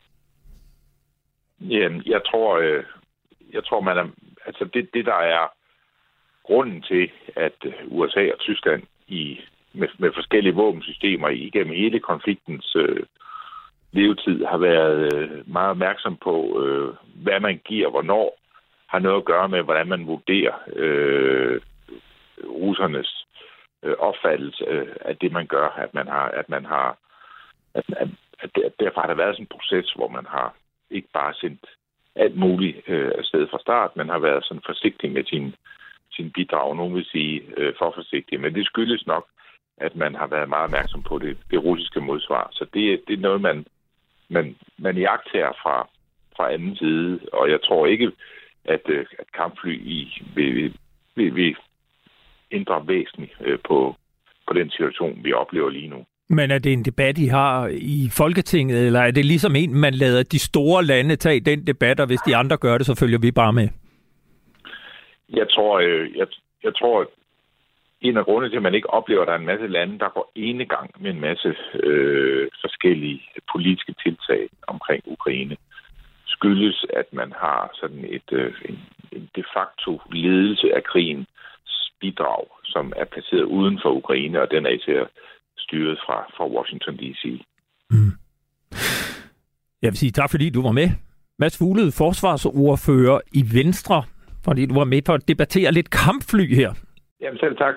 Jamen, jeg tror, øh, jeg tror man er, altså det, det der er grunden til, at U S A og Tyskland i, med, med forskellige våbensystemer igennem hele konfliktens øh, levetid har været øh, meget opmærksom på, øh, hvad man giver, hvornår, har noget at gøre med, hvordan man vurderer øh, russernes øh, opfattelse øh, af det, man gør, at man har, at man har, at, at, at derfor har der været sådan en proces, hvor man har ikke bare sendt alt muligt øh, afsted fra start, men har været sådan forsigtig med sin, sin bidrag. Nogen vil sige øh, for forsigtig, men det skyldes nok, at man har været meget opmærksom på det, det russiske modsvar. Så det, det er noget, man, man, man iagttager fra, fra anden side, og jeg tror ikke, at, øh, at kampfly i vil, vil, vil ændre væsentligt øh, på, på den situation, vi oplever lige nu. Men er det en debat, I har i Folketinget, eller er det ligesom en, man lader de store lande tage den debat, og hvis de andre gør det, så følger vi bare med? Jeg tror, øh, jeg, jeg tror en af grundene til, at man ikke oplever, at der er en masse lande, der går enegang med en masse øh, forskellige politiske tiltag omkring Ukraine, skyldes, at man har sådan et øh, en, en de facto ledelse af krigens bidrag, som er placeret uden for Ukraine, og den er især styret fra, fra Washington D C. Mm. Jeg vil sige tak, fordi du var med. Mads Fuglede, forsvarsordfører i Venstre, fordi du var med for at debattere lidt kampfly her. Jamen selv tak.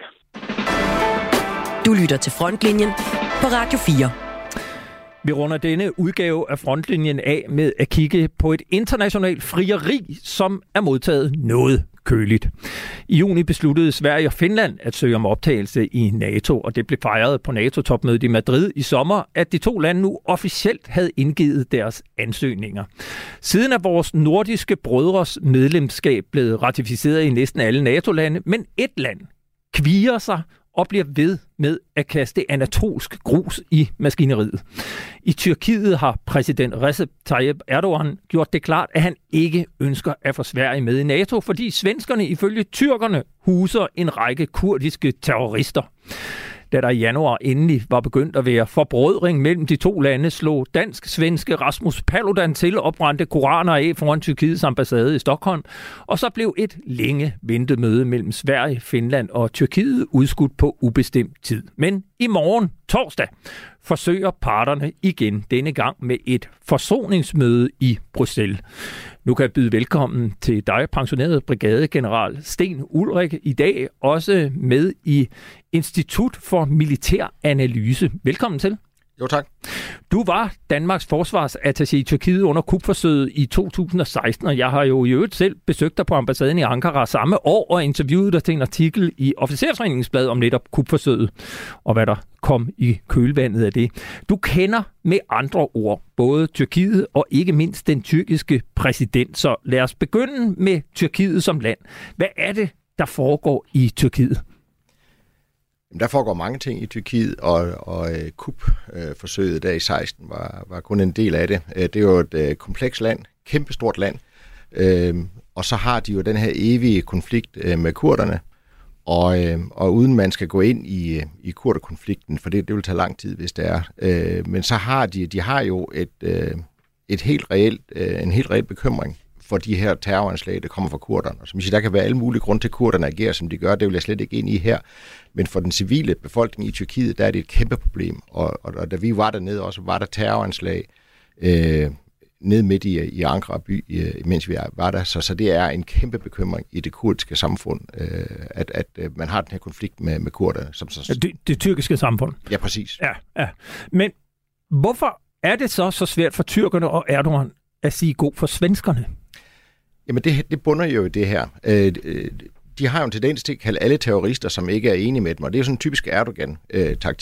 Du lytter til Frontlinjen på Radio fire. Vi runder denne udgave af Frontlinjen af med at kigge på et internationalt frieri, som er modtaget noget køligt. I juni besluttede Sverige og Finland at søge om optagelse i NATO, og det blev fejret på NATO-topmødet i Madrid i sommer, at de to lande nu officielt havde indgivet deres ansøgninger. Siden er vores nordiske brødres medlemskab blevet ratificeret i næsten alle NATO-lande, men et land kvier sig og bliver ved med at kaste anatolsk grus i maskineriet. I Tyrkiet har præsident Recep Tayyip Erdogan gjort det klart, at han ikke ønsker at få Sverige med i NATO, fordi svenskerne ifølge tyrkerne huser en række kurdiske terrorister. Da der i januar endelig var begyndt at være forbrødring mellem de to lande, slog dansk-svenske Rasmus Paludan til og brændte koraner af foran Tyrkiets ambassade i Stockholm. Og så blev et længe ventet møde mellem Sverige, Finland og Tyrkiet udskudt på ubestemt tid. Men i morgen, torsdag, forsøger parterne igen denne gang med et forsoningsmøde i Bruxelles. Nu kan jeg byde velkommen til dig, pensioneret brigadegeneral Sten Ulrik, i dag også med i Institut for Militær Analyse. Velkommen til. Jo, tak. Du var Danmarks forsvarsattaché i Tyrkiet under kupforsøget i to tusind og seksten, og jeg har jo i øvrigt selv besøgt dig på ambassaden i Ankara samme år og interviewet dig til en artikel i Officersforeningens blad om netop kupforsøget og hvad der kom i kølvandet af det. Du kender med andre ord både Tyrkiet og ikke mindst den tyrkiske præsident, så lad os begynde med Tyrkiet som land. Hvad er det, der foregår i Tyrkiet? Der foregår mange ting i Tyrkiet, og, og kupforsøget der i seksten var, var kun en del af det. Det er jo et uh, komplekst land, kæmpestort land, uh, og så har de jo den her evige konflikt uh, med kurderne, og, uh, og uden man skal gå ind i, i kurderkonflikten, for det, det vil tage lang tid, hvis det er. Uh, men så har de, de har jo et, uh, et helt reelt, uh, en helt reel bekymring for de her terroranslag, der kommer fra kurderne. Og som siger, der kan være alle mulige grunde til, at kurderne agerer, som de gør. Det vil jeg slet ikke ind i her. Men for den civile befolkning i Tyrkiet, der er det et kæmpe problem. Og, og, og da vi var dernede også, var der terroranslag øh, ned midt i, i Ankara by, øh, mens vi var der. Så, så det er en kæmpe bekymring i det kurdiske samfund, øh, at, at øh, man har den her konflikt med, med kurderne. Som så... det, det tyrkiske samfund? Ja, præcis. Ja, ja. Men hvorfor er det så så svært for tyrkerne og Erdogan at sige god for svenskerne? Jamen det, det bunder jo i det her. Øh, de har jo en tendens til at kalde alle terrorister, som ikke er enige med dem, og det er jo sådan en typisk Erdogan-taktik.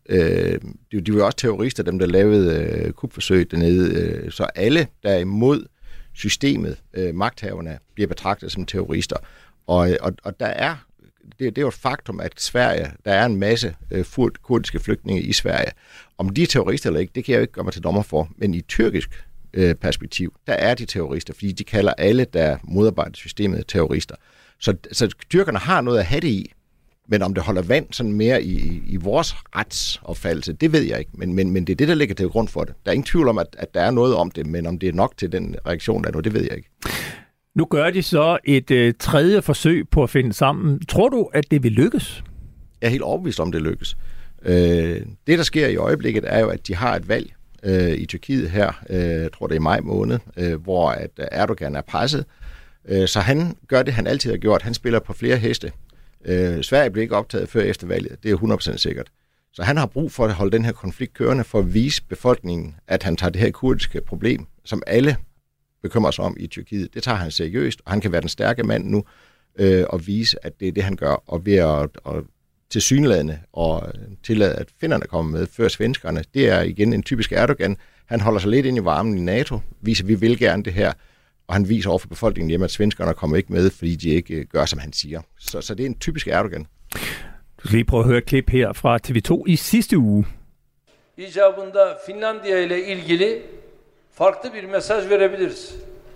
Øh, de, de var også terrorister, dem der lavede øh, kupforsøg dernede. Øh, så alle, der er imod systemet, øh, magthaverne, bliver betragtet som terrorister. Og, og, og der er, det, det er jo et faktum, at Sverige, der er en masse øh, kurdiske flygtninge i Sverige. Om de er terrorister eller ikke, det kan jeg jo ikke gøre mig til dommer for. Men i tyrkisk øh, perspektiv, der er de terrorister, fordi de kalder alle, der modarbejder systemet, terrorister. Så, så tyrkerne har noget at have det i. Men om det holder vand sådan mere i, i vores retsopfattelse, det ved jeg ikke. Men, men, men det er det, der ligger til grund for det. Der er ingen tvivl om, at, at der er noget om det, men om det er nok til den reaktion, der er nu, det ved jeg ikke. Nu gør de så et øh, tredje forsøg på at finde sammen. Tror du, at det vil lykkes? Jeg er helt overbevist om, det lykkes. Øh, det, der sker i øjeblikket, er jo, at de har et valg øh, i Tyrkiet her, øh, jeg tror det er i maj måned, øh, hvor at Erdogan er presset. Øh, så han gør det, han altid har gjort. Han spiller på flere heste. Øh, Sverige bliver ikke optaget før efter valget, det er hundrede procent sikkert. Så han har brug for at holde den her konflikt kørende, for at vise befolkningen, at han tager det her kurdiske problem, som alle bekymrer sig om i Tyrkiet, det tager han seriøst, og han kan være den stærke mand nu, øh, og vise, at det er det, han gør. Og ved at, at tilsyneladende og tillade, at finnerne kommer med før svenskerne, det er igen en typisk Erdogan. Han holder sig lidt ind i varmen i NATO, viser, at vi vil gerne det her, og han viser over for befolkningen hjemme, at svenskerne kommer ikke med, fordi de ikke gør, som han siger. Så, så det er en typisk Erdogan. Du skal lige prøve at høre et klip her fra T V to i sidste uge. İcabında Finlandiya ile ilgili farklı bir mesaj verebiliriz.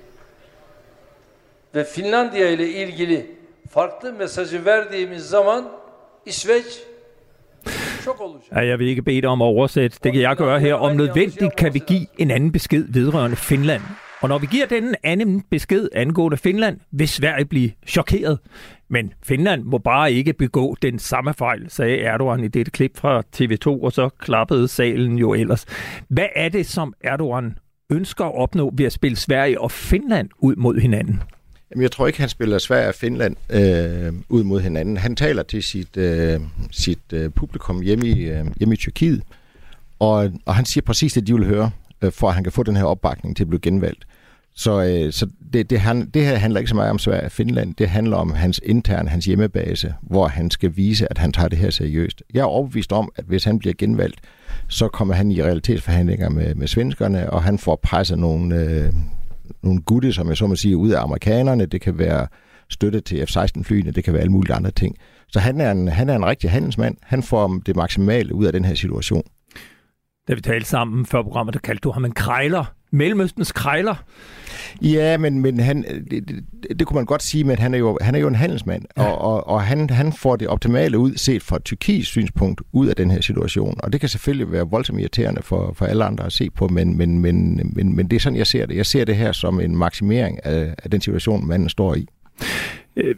Ve Finlandiya ile ilgili farklı mesajı verdiğimiz zaman İsveç çok olacak. Ja, jeg vil ikke bede dig om at oversætte. Det kan jeg gøre her. Om nødvendigt kan vi give en anden besked vedrørende Finland. Og når vi giver den anden besked angående Finland, vil Sverige blive chokeret. Men Finland må bare ikke begå den samme fejl, sagde Erdogan i dette klip fra T V to, og så klappede salen jo ellers. Hvad er det, som Erdogan ønsker at opnå ved at spille Sverige og Finland ud mod hinanden? Jamen, jeg tror ikke, han spiller Sverige og Finland øh, ud mod hinanden. Han taler til sit, øh, sit øh, publikum hjemme i, øh, hjemme i Tyrkiet, og, og han siger præcis det, de vil høre, øh, for at han kan få den her opbakning til at blive genvalgt. Så, øh, så det, det, han, det her handler ikke så meget om Sverige og Finland. Det handler om hans interne, hans hjemmebase, hvor han skal vise, at han tager det her seriøst. Jeg er overbevist om, at hvis han bliver genvalgt, så kommer han i realitetsforhandlinger med, med svenskerne, og han får presset nogle, øh, nogle goodies, som jeg så må sige, ud af amerikanerne. Det kan være støtte til F seksten flyene, det kan være alle mulige andre ting. Så han er en, han er en rigtig handelsmand. Han får det maksimale ud af den her situation. Da vi talte sammen før programmet, der kaldte du ham en krejler. Mellemøstens krejler? Ja, men, men han, det, det, det kunne man godt sige, men han er jo, han er jo en handelsmand, ja. og, og, og han, han får det optimale ud, set fra Tyrkiets synspunkt, ud af den her situation. Og det kan selvfølgelig være voldsomt irriterende for, for alle andre at se på, men, men, men, men, men det er sådan, jeg ser det. Jeg ser det her som en maksimering af, af den situation, manden står i. Øh,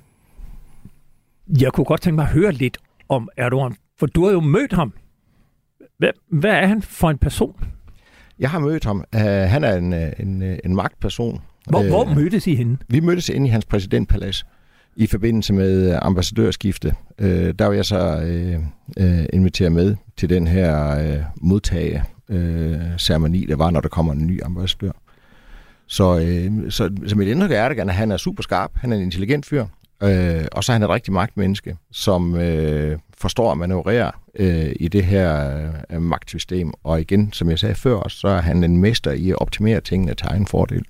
jeg kunne godt tænke mig at høre lidt om Erdogan, for du har jo mødt ham. Hvad, hvad er han for en person? Jeg har mødt ham. Uh, han er en, en, en magtperson. Hvor, uh, hvor mødtes I henne? Vi mødtes inde i hans præsidentpalads i forbindelse med ambassadørskifte. Uh, der var jeg så uh, uh, inviteret med til den her uh, modtage-ceremoni, uh, der var, når der kommer en ny ambassadør. Så, uh, så, så mit indtryk er, at han er super skarp. Han er en intelligent fyr. Uh, og så er han et rigtig magtmenneske, som uh, forstår at manøvrere uh, i det her uh, magtsystem. Og igen, som jeg sagde før, så er han en mester i at optimere tingene til egen fordel.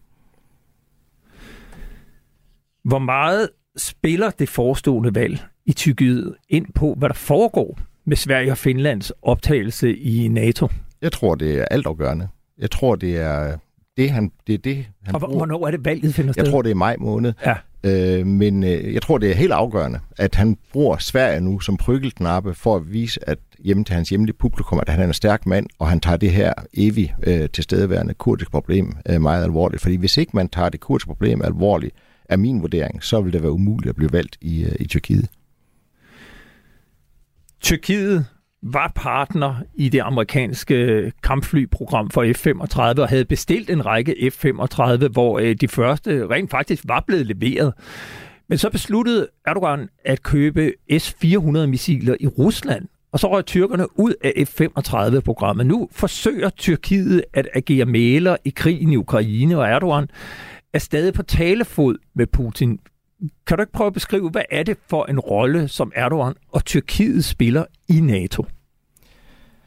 Hvor meget spiller det forestående valg i Tyrkiet ind på, hvad der foregår med Sverige og Finlands optagelse i NATO? Jeg tror, det er altafgørende. Jeg tror, det er det, han, det er det, han Og bruger. Hvornår er det valget finder sted? Jeg tror, det er maj måned. Ja. Øh, men øh, jeg tror, det er helt afgørende, at han bruger Sverige nu som prykkelknappe for at vise, at hjemme til hans hjemlige publikum, at han er en stærk mand, og han tager det her evigt øh, tilstedeværende kurdiske problem øh, meget alvorligt. Fordi hvis ikke man tager det kurdiske problem alvorligt, er min vurdering, så vil det være umuligt at blive valgt i, øh, i Tyrkiet. Tyrkiet var partner i det amerikanske kampflyprogram for F femogtredive og havde bestilt en række F femogtredive, hvor øh, de første rent faktisk var blevet leveret. Men så besluttede Erdogan at købe S fire hundrede missiler i Rusland, og så røg tyrkerne ud af F femogtredive-programmet. Nu forsøger Tyrkiet at agere mægler i krigen i Ukraine, og Erdogan er stadig på talefod med Putin. Kan du ikke prøve at beskrive, hvad er det for en rolle, som Erdogan og Tyrkiet spiller i NATO?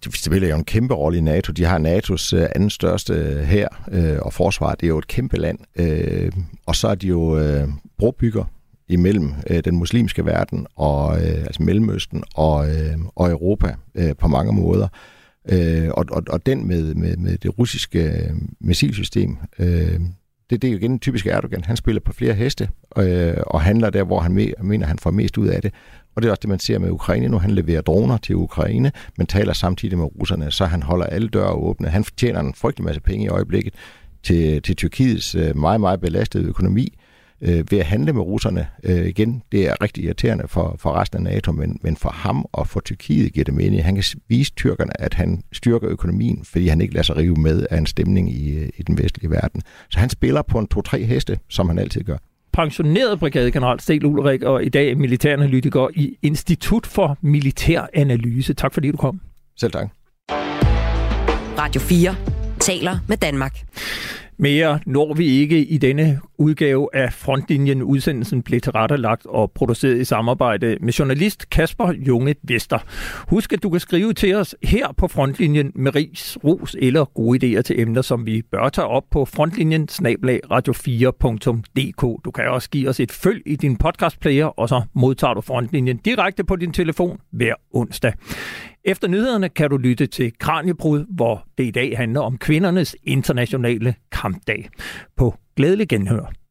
de spiller jo en kæmpe rolle i NATO. De har N A T O's øh, anden største hær øh, og forsvar. Det er jo et kæmpe land. Øh, og så er de jo øh, brobygger imellem øh, den muslimske verden, og øh, altså Mellemøsten og, øh, og Europa øh, på mange måder. Øh, og, og, og den med, med, med det russiske øh, missilsystem, øh, det, det er jo igen typisk Erdogan. Han spiller på flere heste øh, og handler der, hvor han me- mener, han får mest ud af det. Og det er også det, man ser med Ukraine nu. Han leverer droner til Ukraine, men taler samtidig med russerne, så han holder alle døre åbne. Han tjener en frygtelig masse penge i øjeblikket til, til Tyrkiets øh, meget, meget belastede økonomi øh, ved at handle med russerne. Øh, igen, det er rigtig irriterende for, for resten af NATO, men, men for ham og for Tyrkiet giver det mening. Han kan vise tyrkerne, at han styrker økonomien, fordi han ikke lader sig rive med af en stemning i, i den vestlige verden. Så han spiller på en to-tre heste, som han altid gør. Pensioneret brigadegeneral Stel Ulrik, og i dag militæranalytiker i Institut for Militær Analyse. Tak fordi du kom. Selv tak. Radio fire taler med Danmark. Mere når vi ikke i denne udgave af Frontlinjen. Udsendelsen blev tilrettelagt og produceret i samarbejde med journalist Kasper Junge Vester. Husk, at du kan skrive til os her på Frontlinjen med ris, ros eller gode idéer til emner, som vi bør tage op på frontlinjen snabel-a radio fire punktum d k. Du kan også give os et følg i din podcastplayer, og så modtager du Frontlinjen direkte på din telefon hver onsdag. Efter nyhederne kan du lytte til Kraniebrud, hvor det i dag handler om kvindernes internationale kampdag. På glædelig genhør.